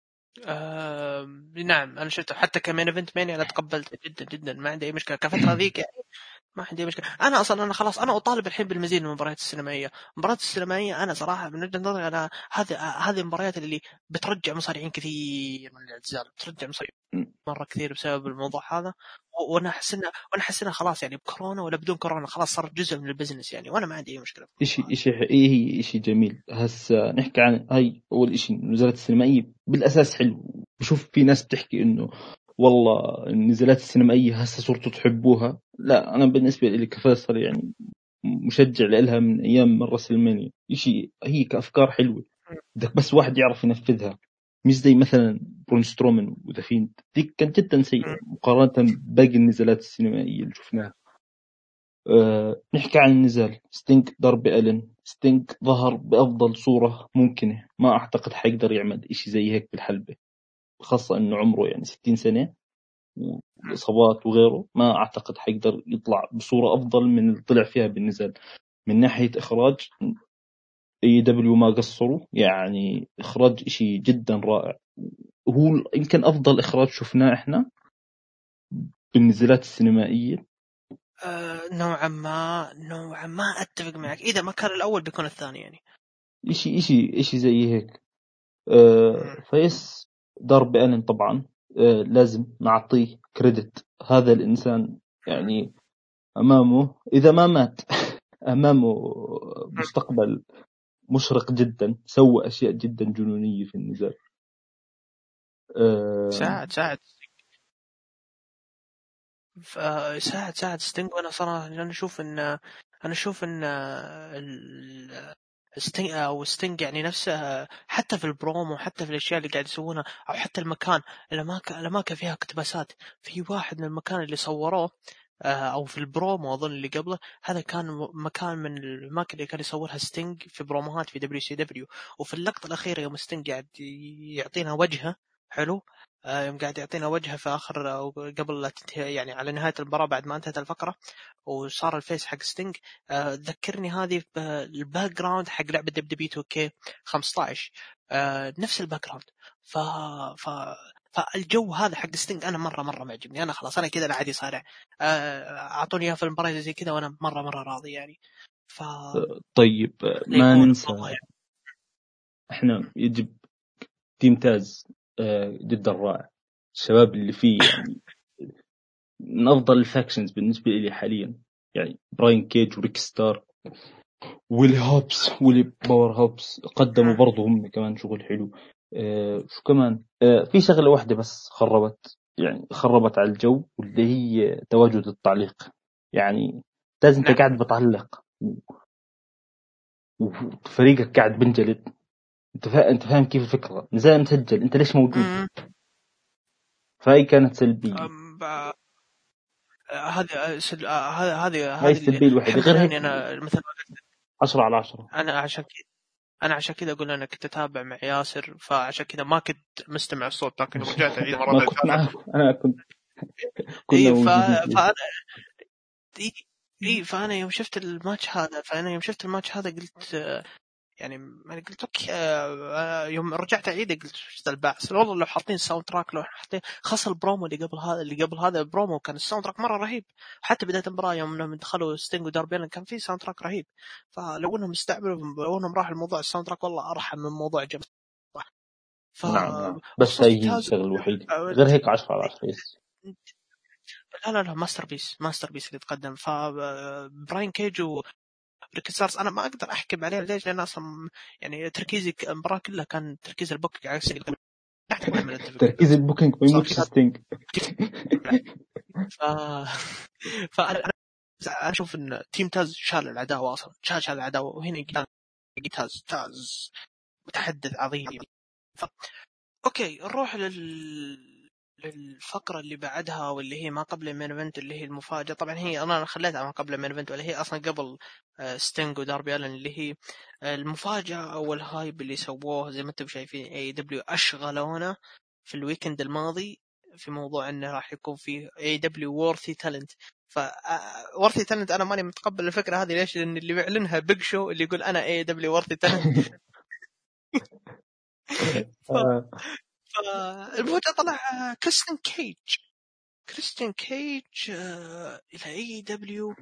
نعم انا شفته حتى كمان ايفنت ماني، انا تقبلته جدا جدا، ما عندي اي مشكله كفتره ذيك يعني. ما عندي مشكله. انا اصلا خلاص انا اطالب الحين بالمزيد من المباريات السينمائيه. المباريات السينمائيه انا صراحه من وجهه نظري انا هذه المباريات اللي بترجع مصارعين كثير من الاعتزال، بترجع مصارعين مره كثير بسبب الموضوع هذا. وانا احس انها خلاص يعني بكورونا ولا بدون كورونا خلاص صارت جزء من البزنس يعني، وانا ما عندي اي مشكله. شيء جميل. هسا نحكي عن هاي اول شيء. النزلات السينمائيه بالاساس حلو. بشوف في ناس بتحكي انه والله النزلات السينمائيه هسه صرتوا تحبوها. لا، انا بالنسبه لي كفيصل يعني مشجع لها من ايام راسلمانيا. شيء هي كافكار حلوه، بدك بس واحد يعرف ينفذها. مش زي مثلا برون سترومان وذا فيند، ديك كانت جدا سيئه مقارنه بباقي النزالات السينمائيه اللي شفناها. نحكي عن النزال ستينج ضرب ألين. ستينج ظهر بأفضل صورة ممكنة، ما أعتقد حيقدر يعمل إشي زي هيك بالحلبة، خاصة إنه عمره يعني 60 سنة والإصابات وغيره. ما أعتقد حيقدر يطلع بصورة أفضل من اللي طلع فيها بالنزال. من ناحية إخراج اي دبليو ما قصروا، يعني إخراج إشي جدا رائع. هو يمكن أفضل إخراج شفناه إحنا بالنزالات السينمائية. نوعا ما اتفق معك، اذا ما كان الاول بيكون الثاني يعني. إشي زي هيك. فيس ضرب ألين طبعا لازم نعطيه كريدت. هذا الإنسان يعني أمامه إذا ما مات أمامه مستقبل مشرق جدا. سوى أشياء جدا جنونية في النزال. ساعد ساعد ستينج. وانا صراحه انا اشوف ان ستينج او ستينج يعني نفسه حتى في البرومو، حتى في الاشياء اللي قاعد يسوونها، او حتى المكان الاماكن فيها اقتباسات. في واحد من المكان اللي صوروه او في البرومو اظن اللي قبله، هذا كان مكان من الاماكن اللي كان يصورها ستينج في بروموهات في WCW. وفي اللقطه الاخيره يوم ستينج قاعد يعطينا وجهه حلو، يوم قاعد يعطينا وجهه في اخر او قبل لا تنتهي يعني على نهايه المباراه بعد ما انتهت الفقره وصار الفيس حق ستينج. ذكرني هذه بالباك جراوند حق لعبه دب 2K 15. نفس الباك جراوند. ف ف فالجو هذا حق ستينج انا مره معجبني. انا خلاص انا كذا العادي صارع، اعطوني اياه في المباراه زي كذا وانا مره راضي يعني. ف طيب ما يكون ننسى احنا يجب تيم تاز جدا رائع. الشباب اللي فيه يعني من افضل الفاكشنز بالنسبه لي حاليا. يعني براين كيج وريك ستار ويلي باور هوبس قدموا برضو هم كمان شغل حلو. شو كمان في شغله واحده بس خربت على الجو، واللي هي تواجد التعليق. يعني لازم انت قاعد بتعلق وفريقك قاعد بنجلد. انت فاهم كيف الفكره؟ نزال مسجل، انت ليش موجود؟ فهي كانت سلبيه. هذه هاي السلبيه الوحيده، غير حمساني هيك انا مثل 10/10. انا عشان كذا اقول انا كنت اتابع مع ياسر، فعشان كذا ما كنت مستمع الصوت، لكن رجعت اعيد ما مرات كنت معك، انا كنت كنا إيه موجودين فيه. فأنا فأنا يوم شفت الماتش هذا قلت يعني ما قلت اوكي يوم رجعت اعيده قلت ايش البعث والله لو حاطين ساوند تراك، لو حاطين خاص البرومو اللي قبل هذا البرومو كان الساوند تراك مره رهيب. حتى بدايه المباراه يوم انهم دخلوا ستينج وداربي ألين كان في ساوند تراك رهيب. فلو انهم لو انهم راحوا الموضوع الساوند تراك والله ارحم من موضوع جيم. نعم بس بخصوص هي تاز الشغل الوحيد، غير هيك 10/10. يس. لا ماستر بيس اللي تقدم. براين كيج ريكي ستارز انا ما اقدر احكم عليه ليش، لان اصلا يعني تركيزي المباراه كلها كان تركيز البوك على تركيز البوكينج ما يموتش ستينج. ف... فانا اشوف ان تيم تاز شال العداوه اصلا، شال العداوه، وهنا تاز متحدث عظيم. اوكي نروح للفقره اللي بعدها واللي هي ما قبل المين ايفنت، اللي هي المفاجاه. طبعا هي انا خليتها ما قبل المين ايفنت، ولا هي اصلا قبل ستينج وداربي ألين، اللي هي المفاجاه او الهايب اللي سووه. زي ما انتم شايفين اي دبليو اشغلونا في الويكند الماضي في موضوع انه راح يكون في اي دبليو وورثي تالنت. ف وورثي تالنت انا ماني متقبل الفكره هذه. ليش؟ لان اللي بيعلنها بيج شو اللي يقول انا اي دبليو وورثي تالنت. فالمفاجاه طلع كريستيان كيج الى اي دبليو.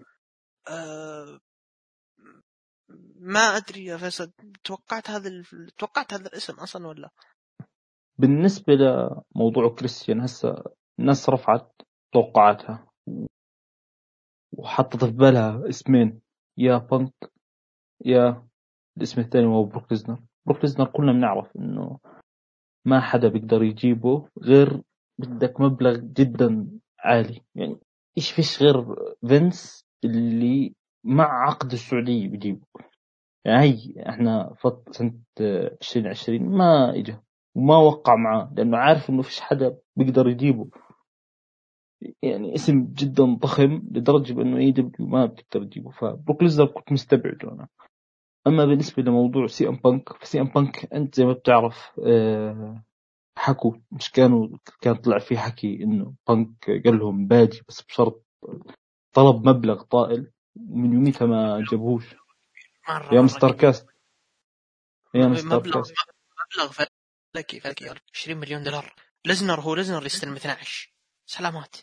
ما ادري يا فيصل، توقعت هذا الاسم اصلا ولا؟ بالنسبة لموضوع كريستيان هسه الناس رفعت توقعاتها وحطت في بالها اسمين، يا بانك يا الاسم الثاني هو بروك ليزنر. بروك ليزنر كلنا بنعرف انه ما حدا بيقدر يجيبه غير بدك مبلغ جدا عالي، يعني ايش فيش غير فينس اللي مع عقد السعودية بيجيبه. يعني هي احنا سنة 2020 ما اجى وما وقع معاه لانه عارف انه فيش حدا بيقدر يجيبه. يعني اسم جدا ضخم لدرجة بانه اي دبليو ما بتقدر تجيبه. فبروك ليزنر كنت مستبعده انا. اما بالنسبة لموضوع سي ام بانك، فسي ام بانك انت زي ما بتعرف حكوا مش كان طلع في حكي انه بانك قال لهم باجي بس بشرط طلب مبلغ طائل، ومن يوميتها ما جابوش. يا مره مستر كاست مبلغ فلكي 20 مليون دولار. ليزنر يستلم 12. سلامات.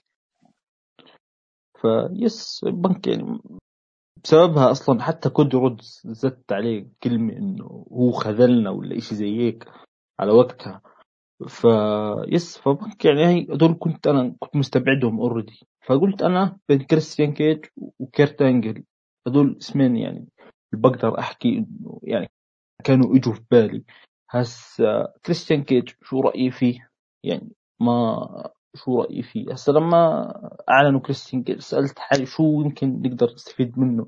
فيس بنك يعني بسببها اصلا حتى كودي رودز زدت عليه كلمة انه هو خذلنا ولا اشي زي هيك على وقتها. فيس فبنك يعني هي هدول انا كنت مستبعدهم اوريدي. فقلت انا بين كريستيان كيج وكيرت انجل هدول اسمين يعني بقدر احكي انه يعني كانوا اجوا في بالي. هسا كريستيان كيج شو رأيي فيه؟ يعني ما شو رأيي فيه هسا لما اعلنوا كريستيان كيج سألت حالي شو يمكن نقدر نستفيد منه.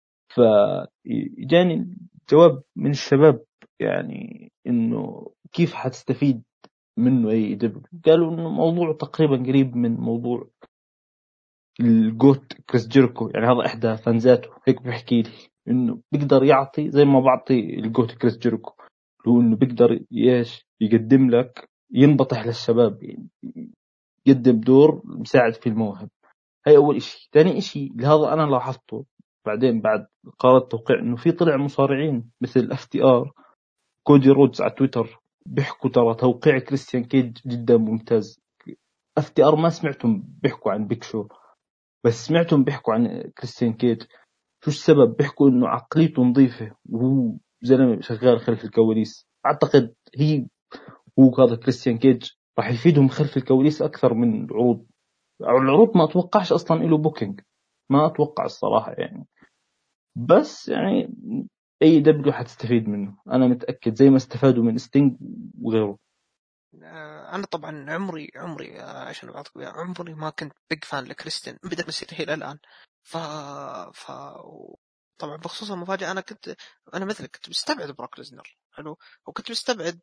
فجاني جواب من الشباب يعني انه كيف حتستفيد منه اي دبليو. قالوا انه موضوع تقريبا قريب من موضوع الجوت كريس جيركو. يعني هذا احدى فانزاته هيك بيحكي لي انه بيقدر يعطي زي ما بعطي الجوت كريس جيركو، هو انه بيقدر يقدم لك ينبطح للشباب، يعني يقدم دور مساعد في الموهب. هاي اول اشي. ثاني اشي لهذا انا لاحظته بعدين بعد قرار التوقيع انه في طلع مصارعين مثل اف تي ار كودي رودز على تويتر بيحكوا ترى توقيع كريستيان كيج جدا ممتاز. اف تي ار ما سمعتم بيحكوا عن بيك شو، بس سمعتم بيحكوا عن كريستيان كيج. شو السبب؟ بيحكوا انه عقليته نظيفة وهو زلمة شغال خلف الكواليس. اعتقد هو هذا كريستيان كيج راح يفيدهم خلف الكواليس اكثر من العروض. أو العروض ما اتوقعش اصلا له بوكينج، ما اتوقع الصراحة يعني. بس يعني اي دبليو حتستفيد منه انا متأكد زي ما استفادوا من ستينج وغيره. انا طبعا عمري عشان اعطيك عمري ما كنت بيج فان لكريستين بدأت مسيرته الى الان. ف ف طبعا بخصوص المفاجأة انا مثلك كنت مستبعد بروك ليزنر. حلو. وكنت مستبعد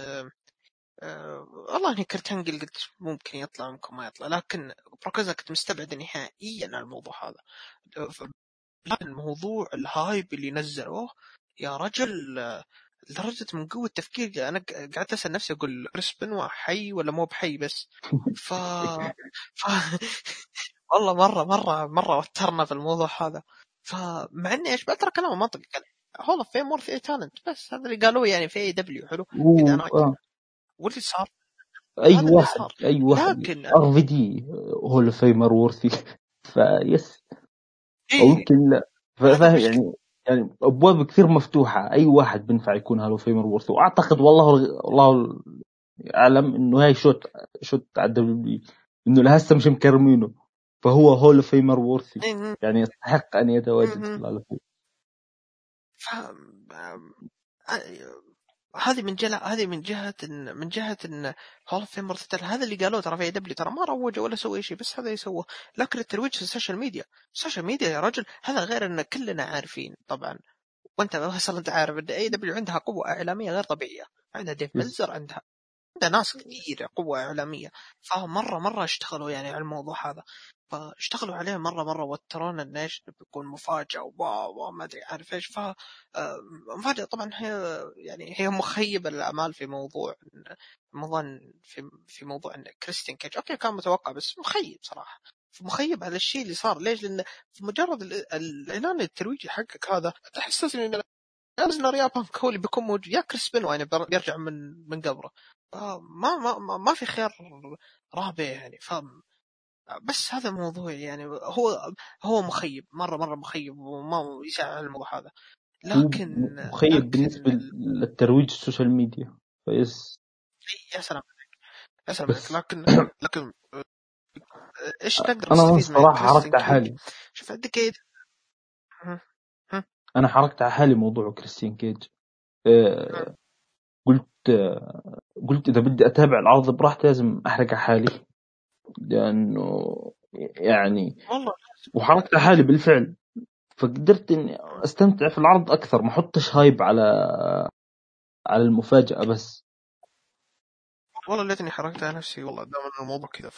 والله اني كرتنجل قلت ممكن يطلع ممكن ما يطلع، لكن بروك ليزنر كنت مستبعد نهائيا عن الموضوع هذا. الموضوع الهايب اللي نزلوه يا رجل، لدرجة من قوة تفكير أنا قعدت أسأل نفسي أقول كريس بنوا حي ولا مو بحي بس. ف... والله مرة وترنا في الموضوع هذا. فمع إني إيش ترى كلامه منطقي، كان هول اوف فيم وورث تالنت، بس هذا اللي قالوه يعني في اي دبليو. حلو في دانايت واللي صار هذا اللي صار. اي واحد لكن ار في دي هول اوف فيمر وورثي فيس او إيه يمكن لا. هذه فاهم المشكلة. يعني ابواب كثير مفتوحه، اي واحد بينفع يكون هالو فيمر وورثي. واعتقد والله اعلم انه هاي شوت على الدبليو، انه لهسه مش مكرمينه، فهو هول اوف فيمر وورثي، إيه. يعني يستحق ان يتواجد في الهول اوف فيم. هذه من جهة ان هول اوف فيم هذا اللي قالوه ترى في اي دبليو، ترى ما روجوا ولا سووا شيء، بس هذا يسوى. لكن الترويج في السوشيال ميديا يا رجل، هذا غير ان كلنا عارفين طبعا، وانت اصلا انت عارف ان اي دبليو عندها قوة اعلامية غير طبيعية. عندها ديف ملزر، عندها ناس كثير قوة إعلامية. فمرة اشتغلوا يعني على الموضوع هذا، فاشتغلوا عليه مرة وترونا إن إيش بيكون مفاجأة واو ما أدري عارف إيش. مفاجأة طبعا هي مخيبة للأمال في موضوع في موضوع إن كريستيان كيج أوكي كان متوقع، بس مخيب صراحة. مخيب على الشيء اللي صار. ليش؟ لأن في مجرد الإعلان الترويجي حقك هذا تحسسني إن لازم يا بانك هو اللي بيكون موجود، يا كريس بنو يعني بيرجع من قبره. ما في خيار رابع يعني. بس هذا الموضوع يعني هو مخيب مرة مخيب، وما يساعد الموضوع هذا. لكن مخيب بالنسبه للترويج السوشيال ميديا فيس. يا سلام عليك. بس لكن ايش نقدر انا نستفيد من الصراحه كريستين حركت على كيج؟ حالي، شوف عندك ايه. انا حركت على حالي موضوع كريستيان كيج. قلت اذا بدي اتابع العرض براحتي لازم احرق على حالي، لانه يعني والله وحركت على حالي بالفعل، فقدرت اني استمتع في العرض اكثر، ما احطش هايب على المفاجأة بس. والله ليتني حركت على نفسي والله دام الموضوع كذا.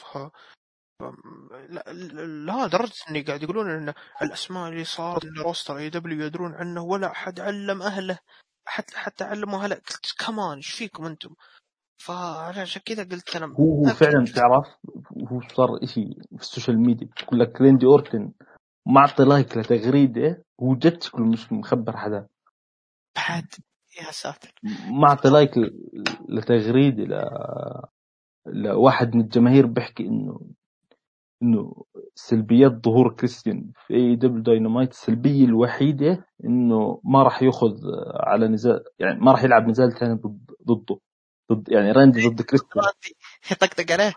لا لدرجة اني قاعد يقولون ان الاسماء اللي صارت ان روستر اي دبليو يدرون عنه ولا احد علم اهله، حتى علموا اهله. قلت كمان ايش فيكم انتم؟ فعشان كذا قلت انا هو فعلا تعرف هو صار اشي في السوشيال ميديا بقول لك ريندي اورتن معطي لايك لتغريدة وجدت كل مش مخبر حدا بعد. يا ساتر. معطي لايك لتغريدة لواحد من الجماهير بيحكي انه سلبيات ظهور كريستيان في اي دبليو داينامايت السلبيه الوحيده انه ما راح ياخذ على نزال، يعني ما راح يلعب نزال ثاني ضد يعني راندي ضد كريستيان. يطقطق عليه.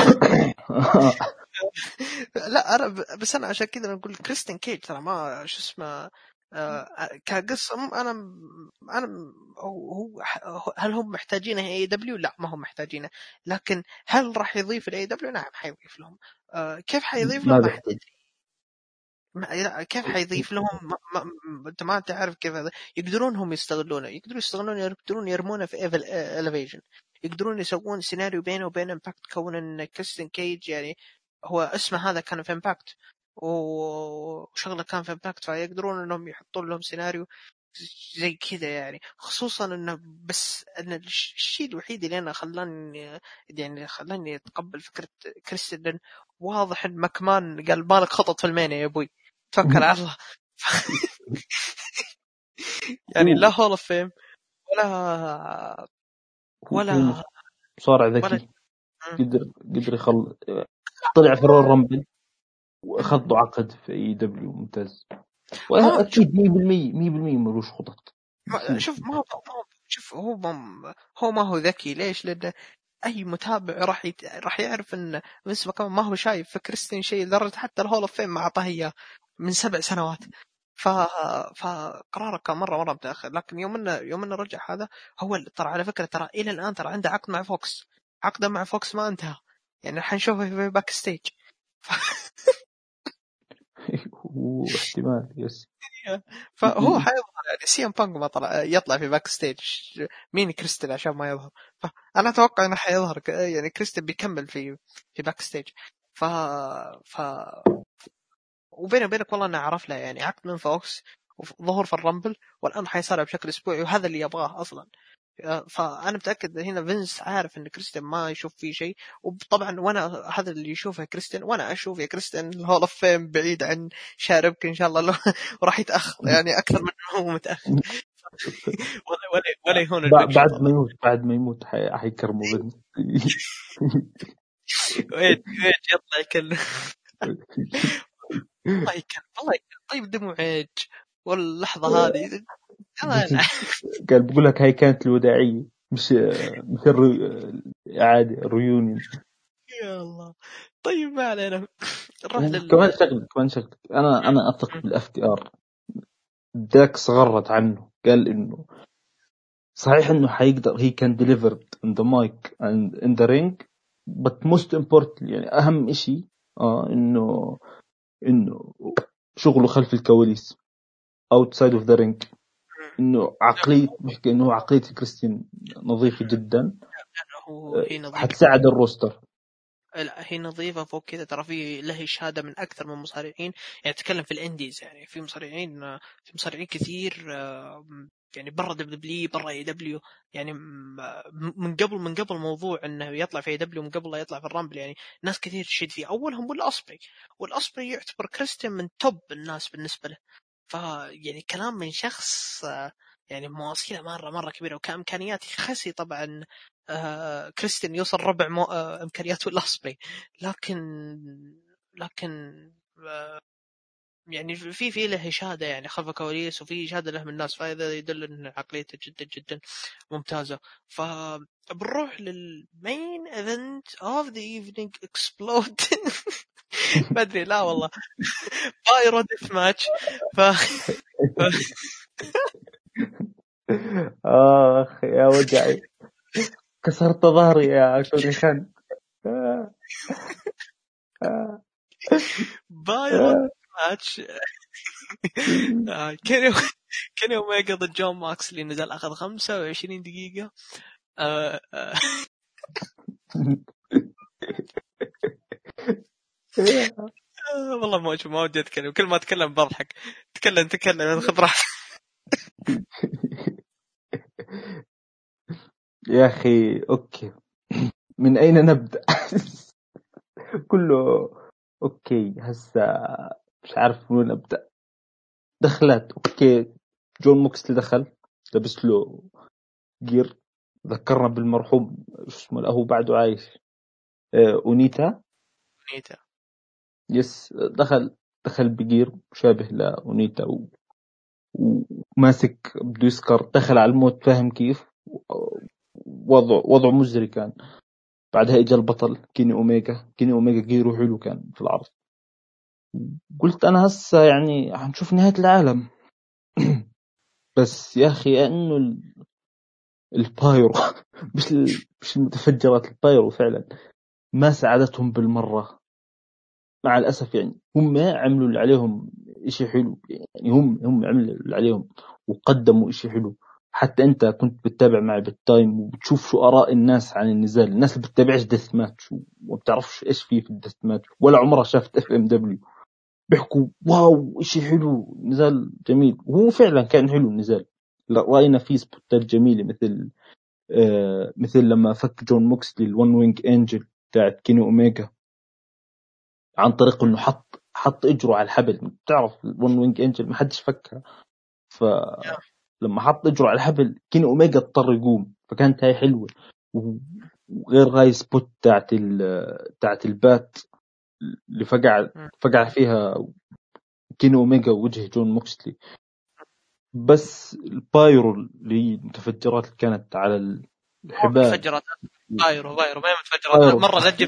لا انا بس انا عشان كذا نقول كريستين كيج ترى ما شو اسمه كقصه انا هل هم محتاجينه اي دبليو؟ لا ما هم محتاجينه. لكن هل راح يضيف الاي دبليو؟ نعم حيضيف لهم. كيف حيضيف لهم؟ ما ما حد بيحتاج. لا كيف حيضيف لهم؟ انت ما تعرف كيف هذا. يقدرون هم يستغلونه، يقدرون يرمونه في اليفيجن، يقدرون يسوون سيناريو بينه وبين امباكت، كون ان كريستين كيج يعني هو اسمه هذا كان في امباكت وشغله كان في امباكت، فيقدرون انهم يحطون لهم سيناريو زي كذا يعني. خصوصا انه بس ان الشيء الوحيد اللي انا خلاني اتقبل فكره كريستين، واضح ان مكمان قال مالك خطط في المانيا يا ابوي، توكل على الله. يعني لا هول اوف فيم ولا مصارع ولا ذكي، قدر طلع في الرويال رامبل واخذ عقد في اي دبليو ممتاز. واكيد 100% ملوش خطط. شوف شوف هو ما هو ذكي. ليش؟ لأن أي متابع راح يعرف إن بالنسبة كمان ما هو شايف في كريستين شيء لدرجة حتى الهول اوف فيم ما أعطاه إياه من 7 سنوات. فقراره كان مرة متأخر. لكن يوم إنه رجع هذا هو ترى على فكرة ترى إلى الآن ترى عنده عقد مع فوكس، عقده مع فوكس ما انتهى يعني، حنشوفه في باك ستيج. هو احتمال يس. فهو حيظهر يعني سي ام بانك ما طلع يطلع في باك ستيج مين كريستل عشان ما يظهر. فانا اتوقع انه حيظهر يعني كريستل بيكمل في باك ستيج. ف وبيني وبينك والله انا اعرف له يعني عقد من فوكس وظهور في الرامبل، والآن حيصارع بشكل أسبوعي، وهذا اللي يبغاه أصلا. فأنا متأكد هنا فينس عارف إن كريستيان ما يشوف فيه شيء، وطبعا وأنا هذا اللي يشوفه كريستيان، وأنا أشوف يا كريستيان الهول اوف فيم بعيد عن شاربك إن شاء الله وراح يتأخر يعني أكثر من هو متأخر. ولا يهون البيك شو بعد ما يموت حيكرموا فينس. ويت يطلع يكلم والله يكلم طيب دمو عيج واللحظة هذه قال بقول لك هاي كانت الوداعية مش عادي الريونيون. يا الله. طيب ما علينا، نروح كمان شغله انا اثق بالاف تي ار. داكس غرت عنه، قال انه صحيح انه حيقدر he can deliver in the mic and in the ring but most important يعني اهم اشي انه شغله خلف الكواليس outside of the ring، انه بحكي انه عقلية كريستيان نظيفة جدا، حتساعد الروستر. لا هي نظيفة فوق كذا، ترى في له شهادة من أكثر من مصارعين، يعني تكلم في الإنديز، يعني في مصارعين كثير يعني برا دبليو برا اي دبليو، يعني من قبل موضوع انه يطلع في اي دبليو، من قبل لا يطلع في الرامبل، يعني ناس كثير تشيد فيه. اولهم والأسبري يعتبر كريستيان من توب الناس بالنسبة له، يعني كلام من شخص يعني مواصيله مرة كبيرة، وكإمكانيات يخسي طبعا كريستيان يوصل ربع إمكانياته الأسبري، لكن يعني في له شهادة يعني خلف كواليس، وفي شهادة له من الناس، فهذا يدل أن عقليته جدا جدا ممتازة. فبنروح للمين ايفنت اوف ذا ايفنينج اكسبلود. ما ادري، لا والله بايرو ديث ماتش. اخ يا وجعي، كسرت ظهري يا كوري خان. بايرو ماتش. كان اوميجا ضد جون ماكس اللي نزل اخذ 25 دقيقة. والله ما ودي اتكلم، كل ما اتكلم بضحك. تكلم خذ راحتك. يا اخي اوكي، من اين نبدأ؟ كله اوكي هسه، مش عارف وين ابدأ. دخلت اوكي، جون موكسلي دخل لبس له جير، ذكرنا بالمرحوم اسمه له بعده عايش، اونيتا. يس، دخل بجير مشابه لأونيتا وماسك بده يسكر، دخل على الموت، فاهم كيف؟ وضعه مزري كان. بعدها اجى البطل كيني اوميجا جيره حلو كان في العرض. قلت انا هسه يعني هنشوف نهاية العالم. بس يا اخي انه البايرو مش المتفجرات، البايرو فعلا ما ساعدتهم بالمرة مع الأسف. يعني هم عملوا اللي عليهم إشي حلو، يعني هم عملوا اللي عليهم وقدموا إشي حلو. حتى أنت كنت بتتابع معي بالتايم وبتشوف شو آراء الناس عن النزال. الناس اللي بتتابعش ديث ماتش وما بتعرفش إيش فيه في الديث ماتش، ولا عمرها شافت FMW، بيحكوا واو إشي حلو، نزال جميل. وهو فعلا كان حلو النزال. رأينا فيه سبوتات جميلة، مثل لما فك جون موكسلي الون وينج انجل بتاعت كيني اوميجا عن طريق انه حط اجره على الحبل. تعرف الون وينج انجل ما حدش فكها، فلما حط اجره على الحبل كيني اوميجا اضطر يقوم، فكانت هاي حلوه. وغير هاي سبوت تاعت البات اللي فقع فيها كيني اوميجا ووجه جون موكسلي. بس البايرو اللي هي المتفجرات اللي كانت على الحبال، متفجرات بايرو ما هي متفجرات مرة زجب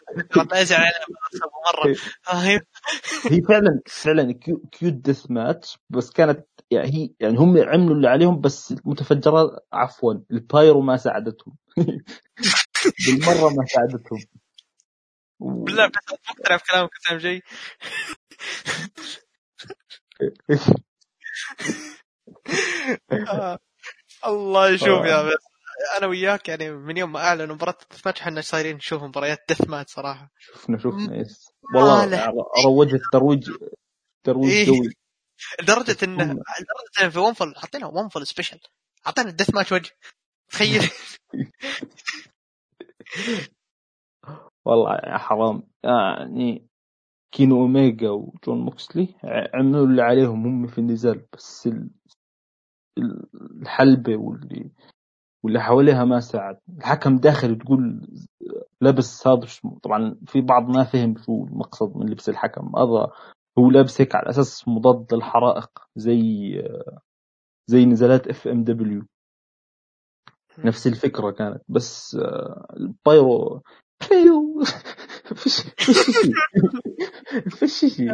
مرة. هي فعلا كيوت ديث ماتش، بس كانت يعني هم عملوا اللي عليهم، بس المتفجرات عفوا البايرو ما ساعدتهم. بالمرة ما ساعدتهم. بالله بس مقتنع بكلامك سام جاي. الله يشوف يا بس انا وياك يعني من يوم ما اعلنوا مباراة ديث ماتش احنا صايرين نشوف مباريات ديث ماتش صراحة. شفنا يس والله، روجت ترويج إيه؟ قوي. لدرجة إنه في ونفل حطينا ونفل سبيشل، حطينا الدث ماتش وجه، تخيل. والله يا حرام يعني. كينو أوميجا وجون موكسلي عملوا اللي عليهم هم في النزال، بس الحلبة واللي حواليها ما ساعد. الحكم داخل تقول لبس هذا طبعا في بعض ما فهم شو المقصد من لبس الحكم هذا. هو لابس هيك على أساس مضاد للحرائق زي نزالات FMW، نفس الفكرة كانت. بس البايرو فيش شيء.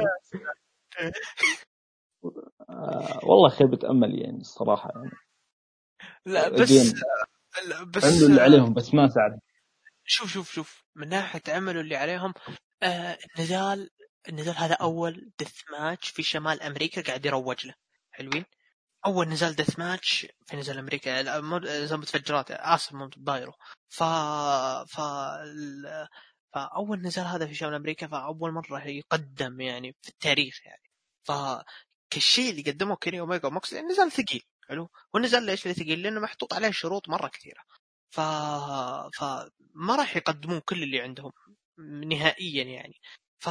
والله خيبة أمل يعني الصراحة يعني. لا بس عملوا اللي عليهم بس ما ساعد. شوف من ناحية عملوا اللي عليهم. النزال هذا أول دث ماتش في شمال أمريكا قاعد يروج له. حلوين. أول نزال دث ماتش في نزال أمريكا، نظام متفجرات مو بايرو. فأول نزال هذا في شمال أمريكا، فأول مرة يقدم يعني في التاريخ يعني. كالشيء اللي قدمه كيني أوميجا وموكسلي النزال ثقيل. حلو. والنزال ليش ثقيل؟ لأنه محطوط عليه شروط مرة كثيرة. فما راح يقدمون كل اللي عندهم نهائيا يعني. ف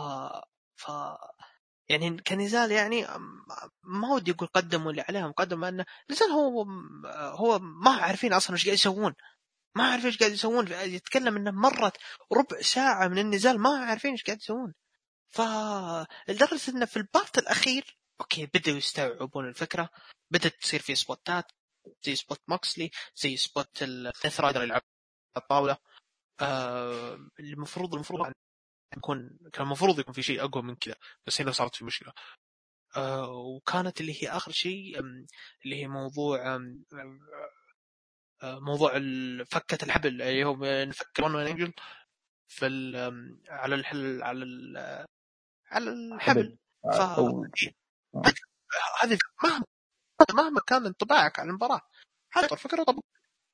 يعني كنزال يعني ما ودي اقول قدموا اللي عليهم، قدموا انه نزال هو ما عارفين اصلا ايش قاعد يسوون، ما عارفين ايش قاعد يسوون. يتكلم انه مرت ربع ساعه من النزال ما عارفين ايش قاعد يسوون. فلدرجه انه في البارت الاخير اوكي بدأوا يستوعبون الفكره، بدأت تصير في سبوتات زي سبوت موكسلي، زي سبوت الديث رايدر اللي على الطاوله. المفروض كان المفروض يكون في شيء اقوى من كذا، بس هنا صارت في مشكله. وكانت اللي هي آخر شيء اللي هي موضوع فكة الحبل اللي هو نفك الانجل في على الحبل. هذه مهما كان انطباعك عن المباراة هذه الفكرة طبعا.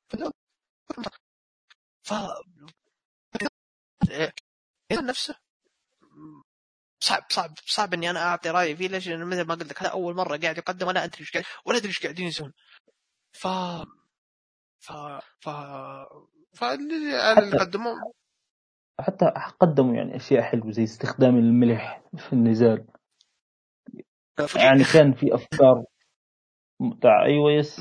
نفسه صعب اني انا اعطي رايي فيه. ليش؟ لانه مثل ما قلت لك هذا اول مره قاعد يقدم ولا ادري ايش قاعدين يسوون. اللي قدموا حتى قدموا يعني اشياء حلوه زي استخدام الملح في النزال. يعني كان في افكار تاع ايوه يس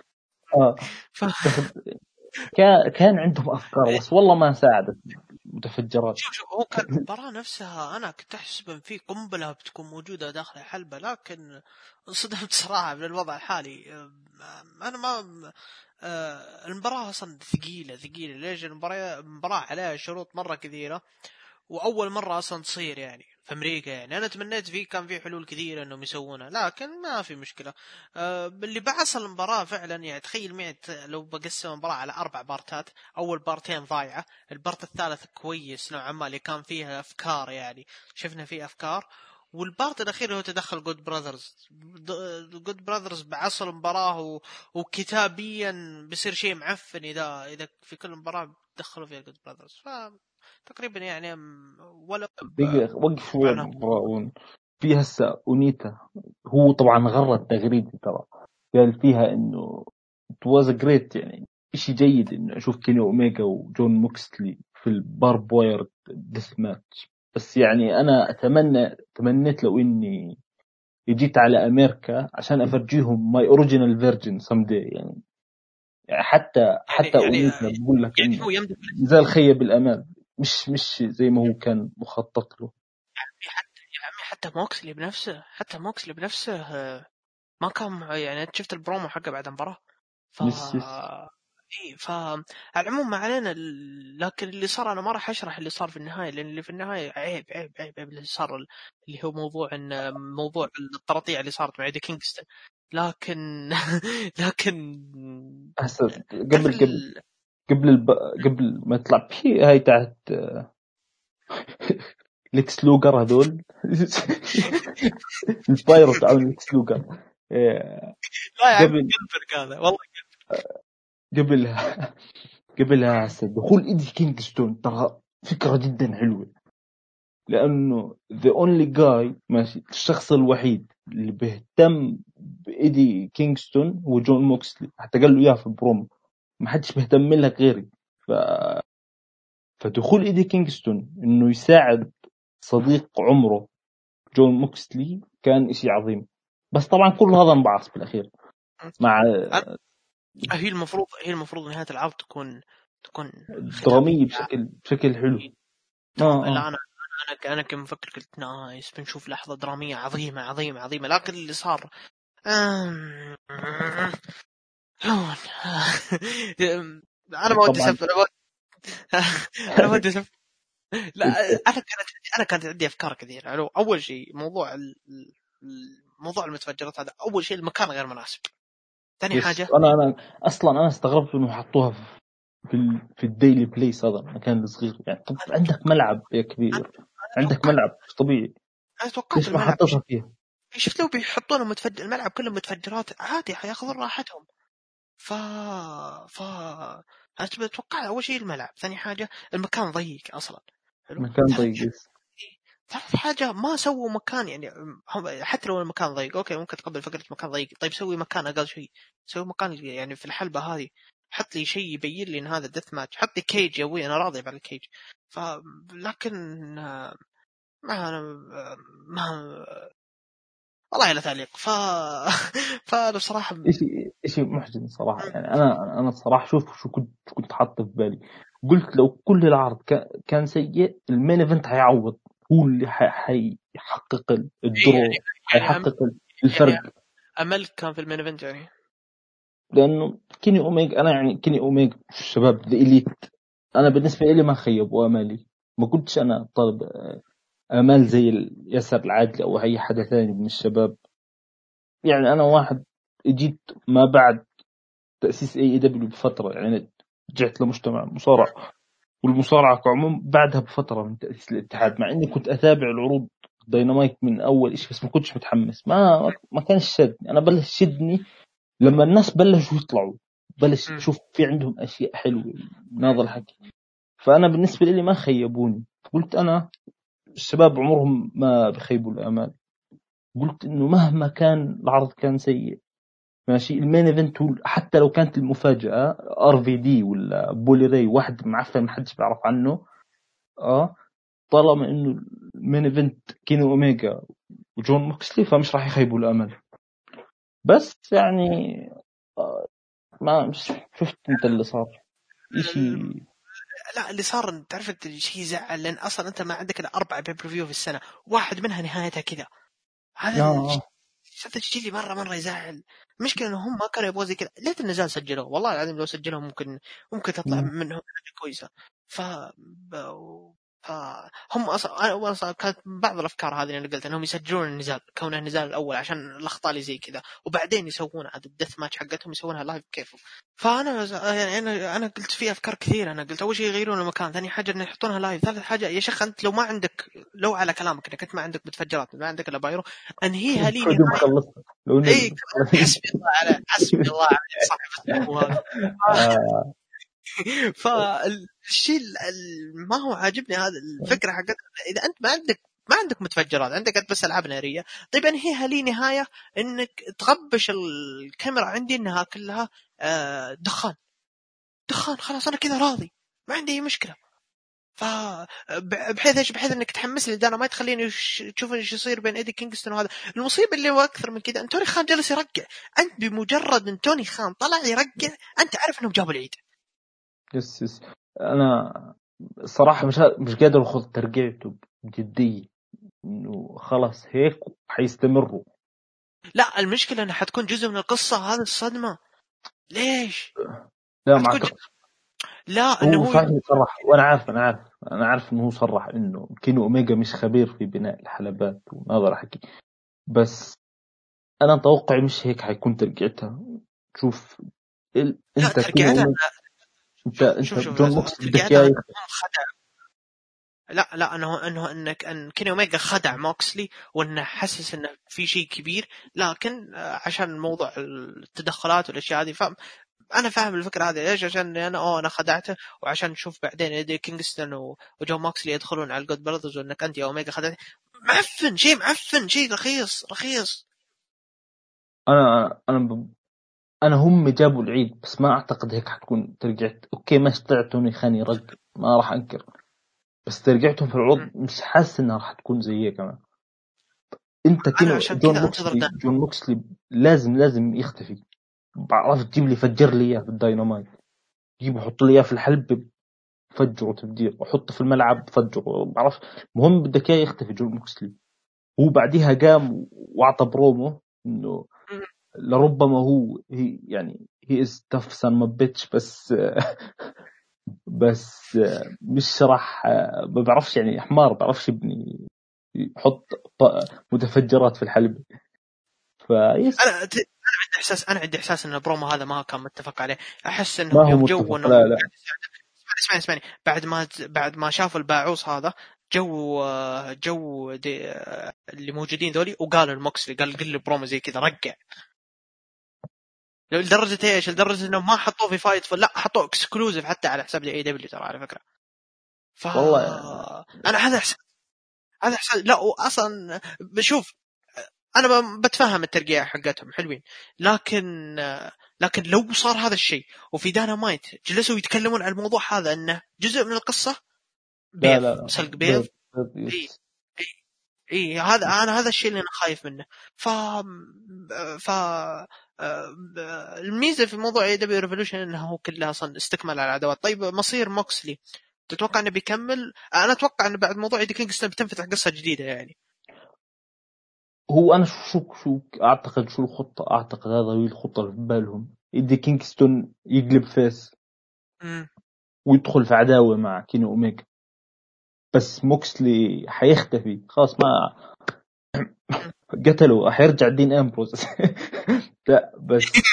كان عندهم افكار بس والله ما ساعدت متفجرات. شوف هو كان المباراة نفسها أنا كنت أحسب إن في قنبلة بتكون موجودة داخل حلبة، لكن انصدمت صراحة من الوضع الحالي. أنا ما المباراة أصلا ثقيلة. ليش؟ المباراة عليها شروط مرة كثيرة، وأول مرة أصلا تصير يعني في أمريكا. يعني أنا تمنيت كان في حلول كثيرة إنهم يسوونها، لكن ما في مشكلة. اللي بعصل المباراة فعلا يعني تخيل معي لو بقسم المباراة على 4 بارتات، أول بارتين ضايعة، البارت الثالث كويس نوعا ما اللي كان فيها أفكار، يعني شفنا فيه أفكار. والبارت الأخير هو تدخل جود براذرز بعصر المباراة، وكتابيا بيصير شيء معفن إذا في كل مباراة دخلوا فيها جود براذرز. تقريبا يعني ولا وقف شوي. في هسه أونيتا هو طبعا غرد تغريدة ترى، قال فيها إنه it was great يعني إشي جيد إنه أشوف كيني أوميجا وجون موكسلي في البارب واير ديث ماتش. بس يعني أنا تمنيت لو إني جيت على أمريكا عشان أفرجيهم ماي أوريجينال فيرجن سمدي يعني حتى أونيتا بقول لك يعني هو يمدح زي الخيب الأمال، مش زي ما هو كان مخطط له. حتى موكسلي بنفسه ما كان يعني شفت البرومو حقه بعد المباراة. على العموم ما علينا. لكن اللي صار انا ما راح اشرح اللي صار في النهايه، لان اللي في النهايه عيب اللي صار، اللي هو موضوع الترطيع اللي صارت مع ايدي كينغستون. لكن قبل ما يطلع في هاي تحت ليكس لوجر هذول البايروت او ليكس لوجر. لا يا قلبك هذا والله. قبلها دخول ايدي كينغستون ترى فكرة جدا حلوة، لأنه the only guy ماشي الشخص الوحيد اللي بيهتم بإيدي كينغستون هو جون موكسلي، حتى قال له إياه في البرومو ما حدش بيهتم لك غيري. فدخول إيدي كينغستون إنه يساعد صديق عمره جون موكسلي كان إشي عظيم. بس طبعا كل هذا انبعث بالأخير مع هي المفروض نهاية العرض تكون درامية بشكل حلو. لا أنا كم مفكر قلت نايس بنشوف لحظة درامية عظيمة لكن اللي صار أنا ما ودي أسفل أنا ما ودي أسفل. لا أنا كانت عندي أفكار كثيرة. أول شيء موضوع المتفجرات هذا، أول شيء المكان غير مناسب. ثاني حاجة أنا استغربت إنه حطوها في الديلي بليس، هذا المكان الصغير يعني. طب عندك ملعب يا كبير، عندك ملعب مش طبيعي، أنا توقعت ليش ما حطيتها فيها؟ شفت لو بيحطونه الملعب كله متفجرات عادي حياخذون راحتهم. أنا أتوقع أول شيء الملعب، ثاني حاجة المكان ضيق أصلا. مكان ضيق. ثالث حاجة ما سووا مكان يعني حتى لو المكان ضيق أوكي ممكن تقبل فكرة مكان ضيق، طيب سوي مكان أقل شيء، سوي مكان يعني في الحلبة هذه حط لي شيء يبين لي إن هذا ديث ماتش، حط لي كيج يا أبوي أنا راضي على الكيج. لكن ما والله لا تعليق. فأنا بصراحة إشي محزن صراحة يعني. أنا الصراحة شوف شو كنت حاطه في بالي، قلت لو كل العرض كان سيء المين ايفنت هيعوض، هو اللي حيحقق الدرو، حيحقق الفرق. يعني أمل كان في المين ايفنت يعني، لأنه كيني أوميجا، أنا يعني كيني أوميجا الشباب ذا إليت، أنا بالنسبة لي ما خيبوا أمالي. ما كنتش أنا طالب آمال زي ياسر العادلي أو أي حدا ثاني من الشباب يعني. أنا واحد جيت ما بعد تأسيس AEW بفترة يعني، رجعت لمجتمع مصارع والمصارعة كعموم بعدها بفترة من تأسيس الاتحاد، مع إني كنت أتابع العروض داينامايت من أول إشي بس ما كنتش متحمس. ما كانش شدني. أنا بلش شدني لما الناس بلشوا يطلعوا، بلش أشوف في عندهم أشياء حلوة من هذا الحكي. فأنا بالنسبة لي ما خيبوني، قلت أنا الشباب عمرهم ما بخيبوا الآمال. قلت إنه مهما كان العرض كان سيء ماشي، المين ايفنت حتى لو كانت المفاجأة RVD ولا بولي راي واحد معفن ما حدش بيعرف عنه، طالما إنه المين ايفنت كينو أوميجا وجون موكسلي فمش راح يخيبوا الأمل. بس يعني ما مش شفت انت اللي صار إشي. لا اللي صار تعرف انت شيء زعل، لان اصلا انت ما عندك الا 4 بيبرفيو في السنه، واحد منها نهايتها كذا. هذا الشيء اللي مره يزعل. المشكله انه هم ما كانوا يبغوا زي كذا. ليت النزال سجلوه، والله العظيم لو سجلوه ممكن تطلع منهم حاجه كويسه. هم اصلا كانت بعض الافكار هذه اللي قلت انهم يسجلون النزال كونه النزال الاول عشان الاخطاء اللي زي كذا، وبعدين يسوون هذا الدث ماتش حقتهم يسوونها لايف كيف. فانا يعني انا قلت في افكار كثيره. انا قلت اول شيء يغيرون المكان، ثاني حاجه انه يحطونها لايف، ثالث حاجه يا شيخ انت لو على كلامك انك انت ما عندك متفجرات ما عندك الا بايرو انهيها لي نهايه. حسبي الله على صاحب فالشيء ما هو عاجبني هذا الفكرة حقت إذا أنت ما عندك متفجرات، عندك بس ألعاب نارية، طيب أنهيها لي نهاية إنك تغبش الكاميرا عندي إنها كلها دخان خلاص أنا كذا راضي ما عندي أي مشكلة. بحيث إنك تحمس لي ما تخليني تشوف إيش يصير بين إيدي كينغستون وهذا. المصيبة اللي هو أكثر من كذا، أن توني خان جلس يرجع، أنت بمجرد أن توني خان طلع يرجع أنت عارف إنهم جابوا العيد. يس انا الصراحه مش قادر اخذ ترقيعته بجديه انه خلاص هيك حيستمروا. لا المشكله انها حتكون جزء من القصه هذه الصدمه. ليش لا ما أعتقد. لا انه هو صحيح صرح، وانا عارف انه هو صرح انه كينو اوميجا مش خبير في بناء الحلبات ونظر حكي، بس انا توقعي مش هيك حيكون ترقيعتها. شوف انت كينو اوميجا انت جون موكس بدك اياه خدع. لا انك ان كيني اوميجا خدع موكسلي وانه حسس انه في شيء كبير، لكن عشان موضوع التدخلات والاشياء هذه انا فاهم الفكره هذه ليش، عشان انا خدعته وعشان نشوف بعدين ايدي كينغستون وجون موكسلي يدخلون على الجود براذرز وانك انت يا اوميجا خدعت. معفن شيء رخيص انا هم جابوا العيد، بس ما اعتقد هيك حتكون ترجعت. اوكي ما استطعتوني خاني رق، ما راح انكر، بس ترجعتهم في العروض مش حاسس انها راح تكون زي هيك كمان. انت انا كينو عشان كذا انتظر جون موكسلي لازم يختفي. بعرف تجيب لي فجر لي اياه بالداينامايت، جيب وحط لي اياه في الحلب فجره تفجير، وحطه في الملعب فجره، بعرف. مهم بدك اياه يختفي جون موكسلي. هو بعديها قام واعطى برومو انه لربما هي يعني هي از تاف سان ما بيتش، بس مش راح، ما بعرفش يعني حمار، بعرفش يبني يحط متفجرات في الحلبة. فيس انا عندي احساس ان البرومو هذا ما كان متفق عليه. احس ما انهم هو يوم جو متفق، انهم لا اسمعني بعد ما شافوا الباعوص هذا جو اللي موجودين ذولي، وقالوا الموكسلي قال لي برومو زي كذا رقع. لدرجه ايش؟ لدرجه انهم ما حطوه في فايت لا حطوه اكسكلوزيف حتى على حساب اي دبليو ترى على فكره. والله. انا هذا احساس لا. واصلا بشوف انا بتفهم الترقيع حقتهم حلوين، لكن لو صار هذا الشيء وفي داينامايت جلسوا يتكلمون عن الموضوع هذا انه جزء من القصه، بيض لا سلق بيض. اي يس. هذا الشيء اللي انا خايف منه. ف الميزه في موضوع اي دبليو ريفولوشن انه هو كله اصلا استكمال على العداوات. طيب مصير موكسلي تتوقع انه بيكمل؟ انا اتوقع انه بعد موضوع ايدي كينغستون بتنفتح قصه جديده يعني. هو انا شو اعتقد شو الخطه، اعتقد هذا هي الخطه اللي في بالهم. يدي كينغستون يقلب فيس ويدخل في عداوه مع كينو اوميجا، بس موكسلي حيختفي خلاص، ما قتلوا، حيرجع دين امبروز. لا بس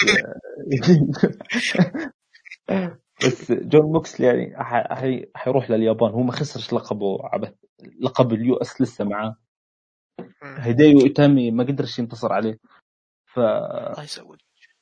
بس جون موكسلي يعني حيروح لليابان. هو ما خسرش لقبه عبث، لقب اليو اس لسه معاه. هيديو إيتامي ما قدرش ينتصر عليه. الله يسوي.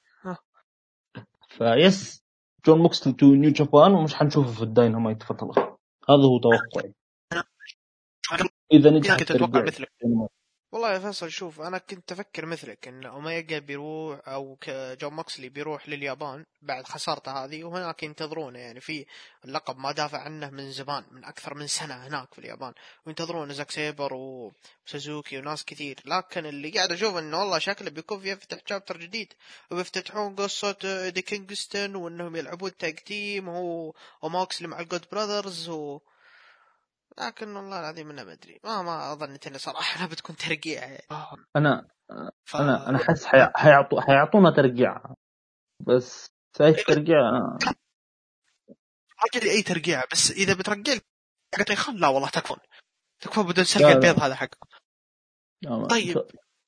فيس جون موكسلي تو نيو جابان، ومش حنشوفه في الداينامايت فترة. هذا هو توقعي إذا نجح كنت اتوقع الترقيع. مثلك والله يا فيصل. شوف انا كنت افكر مثلك ان اوميجا بيروح او جون موكسلي بيروح لليابان بعد خسارته هذه، وهناك ينتظرونه يعني في اللقب ما دافع عنه من زمان، من اكثر من سنة هناك في اليابان، وينتظرون زاك سيبر وسوزوكي وناس كثير. لكن اللي قاعد اشوف انه والله شكله بيكون يفتح شابتر جديد، وبيفتتحون قصة دي كينغستون، وانهم يلعبون تاج تيم هو وموكسلي مع الجود براذرز لكن والله العظيم انا ما ادري، ما ظنيت انه صراحه انا بتكون ترقيع يعني. أنا ف أنا حس حيعطونا ترقيع، بس هاي الترقيع رجل اي ترقيع، بس اذا بترقع حق خل لا والله تكفون بدون سلق لا البيض هذا حق. طيب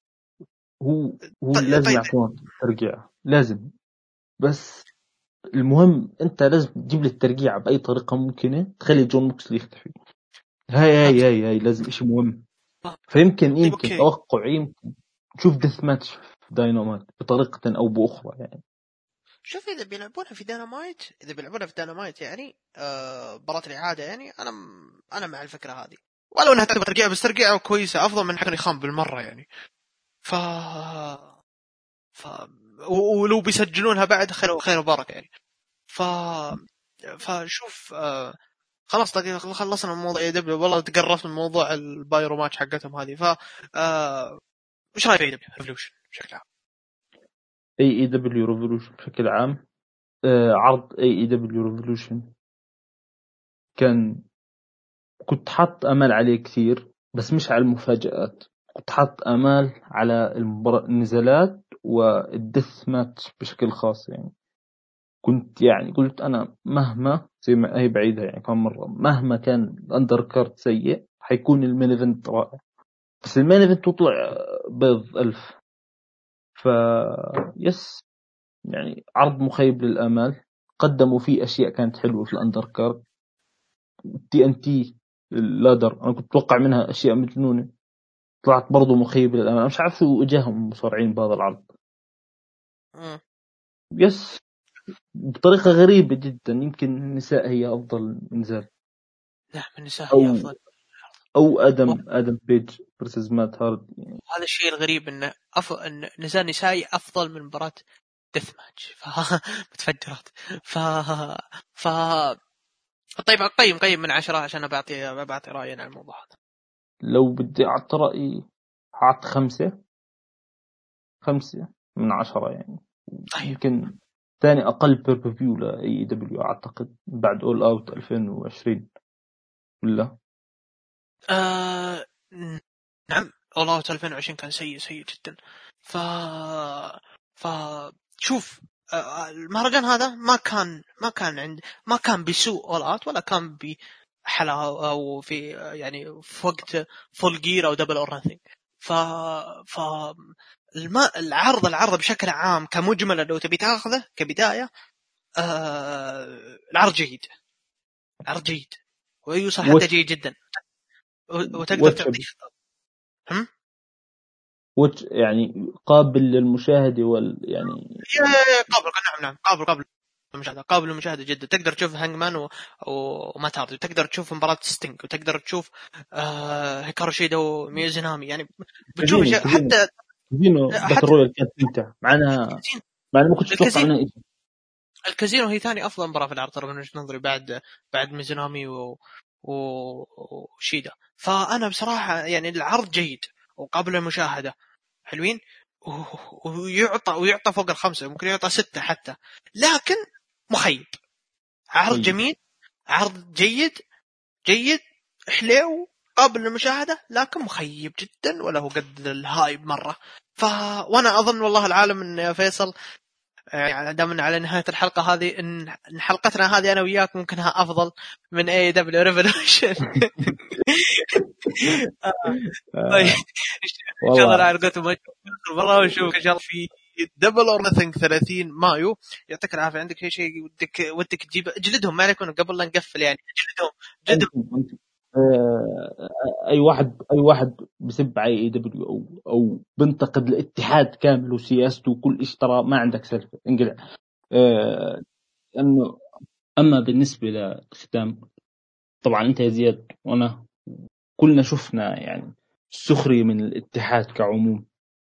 هو لازم طيب يعطونا ترقيع لازم، بس المهم انت لازم تجيب لي الترقيع باي طريقه ممكنه تخلي جون موكسلي يختفي. هاي لازم شيء مهم. فيمكن طيب اوكي توقع يمكن نشوف ديث ماتش في داينامايت بطريقه او باخرى يعني. شوف اذا بيلعبونها في دينامايت يعني مباراة الإعادة يعني انا مع الفكرة هذه، ولو انها تبغى ترقيع، بس ترقيع كويسة افضل من حقن يخام بالمرة يعني. ف ف ولو بيسجلونها بعد خير وبركة يعني. ف فشوف خلاص خلصنا من موضوع اي دبليو، والله تقرفت من موضوع البايرو ماتش حقتهم هذه. ف وش رايك في اي دبليو ريفولوشن بشكل عام؟ اي دبليو ريفولوشن بشكل عام، عرض اي دبليو ريفولوشن كنت حاط امل عليه كثير، بس مش على المفاجآت. كنت حاط امال على النزالات والدث ماتش بشكل خاص يعني. كنت يعني قلت أنا مهما زي ما هي بعيدة يعني كم مرة، مهما كان الأندر كارت سيء حيكون المين ايفنت رائع. بس المين ايفنت تطلع بيض ألف. يس يعني عرض مخيب للآمال. قدموا فيه أشياء كانت حلوة في الأندر كارت. تي ان تي اللادر أنا كنت أتوقع منها أشياء مجنونة، طلعت برضو مخيب للآمال. مش عارف شو وجاهم المصارعين بهذا العرض. يس بطريقة غريبة جدا. يمكن النساء هي أفضل نزال، لا من النساء هي أو افضل. او ادم بيج versus مات هارد يعني. هذا الشيء الغريب انه ان نزال نسائي افضل من مباراة ديث ماتش متفجرات. ف طيب قيم من 10 عشان بعطي رأيي عن الموضوع هذا. لو بدي اعطي رأيي حاط 5 من 10 يعني. طيب. يمكن ثاني اقل بيرفيو لاي دبليو اعتقد بعد اول اوت 2020 ولا نعم اول اوت 2020 كان سيء جدا. شوف المهرجان هذا ما كان بسوء اول اوت ولا كان بحلاوه او في يعني في وقت فول جير او دبل اور نثينج. العرض بشكل عام كمجمل لو تبي تاخذه كبدايه العرض جيد ويوصل حتى جيد جدا وتقدر تعطيه يعني قابل للمشاهدة يعني قابل للمشاهدة جدا. تقدر تشوف هانجمان ومات هاردي، تقدر تشوف مباراة ستينج، وتقدر تشوف هيكارو شيدا وميوزينامي. يعني بتشوف حتى باتل رويال كانت ممتعة معنا ما كنتش اتوقع عنها شيء. الكازينو هي ثاني افضل مباراة في العرض ترى من وجهة نظري بعد ميوزينامي وشيدا. فانا بصراحة يعني العرض جيد وقابل للمشاهدة حلوين ويعطى فوق 5 ممكن يعطى 6 حتى، لكن مخيب. عرض جميل، عرض جيد حلو قابل للمشاهدة، لكن مخيب جدا ولا هو قد الهايب مرة. وانا اظن والله العالم ان يا فيصل يعني دامنا على نهاية الحلقة هذه إن حلقتنا هذه أنا وياك ممكنها أفضل من AEW Revolution. طيب إن شاء الله عرقتوا مرة ونشوفك إن شاء الله في دبل اور نثينج 30 مايو. يعطيك العافية. عندك شيء ودك تجيب اجلدهم ما يكون قبل لا نقفل يعني جلدهم. اي واحد بسب على AEW او بنتقد الاتحاد كامل وسياسته وكل شيء ترى ما عندك سالفه انقلع. انه اما بالنسبه لختام طبعا انت يا زياد وانا كلنا شفنا يعني السخريه من الاتحاد كعموم.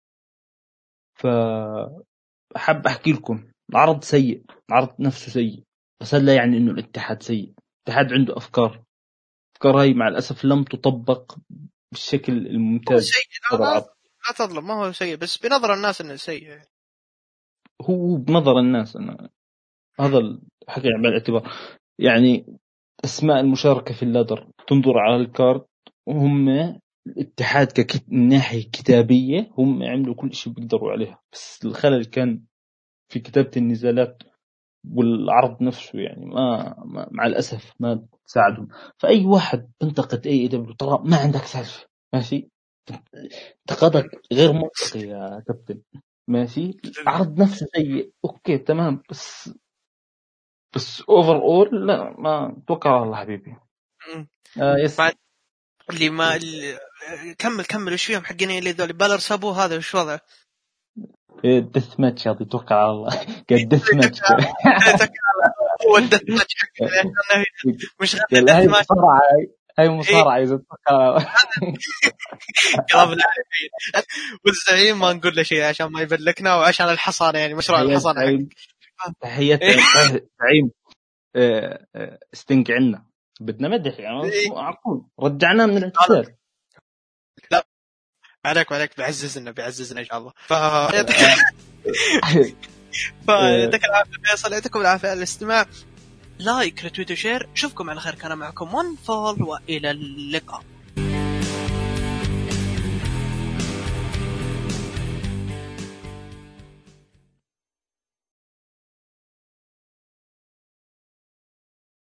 فحب احكي لكم العرض سيء، العرض نفسه سيء، بس هذا لا يعني انه الاتحاد سيء. الاتحاد عنده افكار هاي مع الاسف لم تطبق بالشكل الممتاز. لا تظلم، ما هو سيء بس بنظر الناس انه سيء. هو بنظر الناس أنا هذا الحكي على الاعتبار يعني اسماء المشاركه في اللادر تنظر على الكارد وهم الاتحاد من ناحيه كتابيه هم عملوا كل شيء بيقدروا عليها، بس الخلل كان في كتابه النزالات والعرض نفسه يعني ما مع الاسف ما ساعدهم. فاي واحد بنتقد AEW ترى ما عندك سالفه ماشي، انتقادك غير منطقي يا كابتن ماشي. العرض نفسه سيء اوكي تمام، بس اوفر اول لا ما توكل على الله حبيبي. يس اللي ما كمل وش فيهم حقين اللي ذول بالر سابو هذا وش وضعه؟ ديث ماتش هذا توكل على الله. قال ديث ماتش هو الديث ماتش مش غير ماتش هاي مصارعة إذا توكل كلام العالمين. والزعيم ما نقول له شيء عشان ما يبلكنا وعشان الحصانة يعني مشروع الحصانة. تحية زعيم ستينج عنا بدنا مدح يعني عقول رجعناه من الاعتزال. لا عليك بيعززنا إن شاء الله. فيعطيك العافية فيصل، يعطيكم العافية على الاستماع. لايك ريتويت وشير. اشوفكم على خير. كان معكم ون فول والى اللقاء.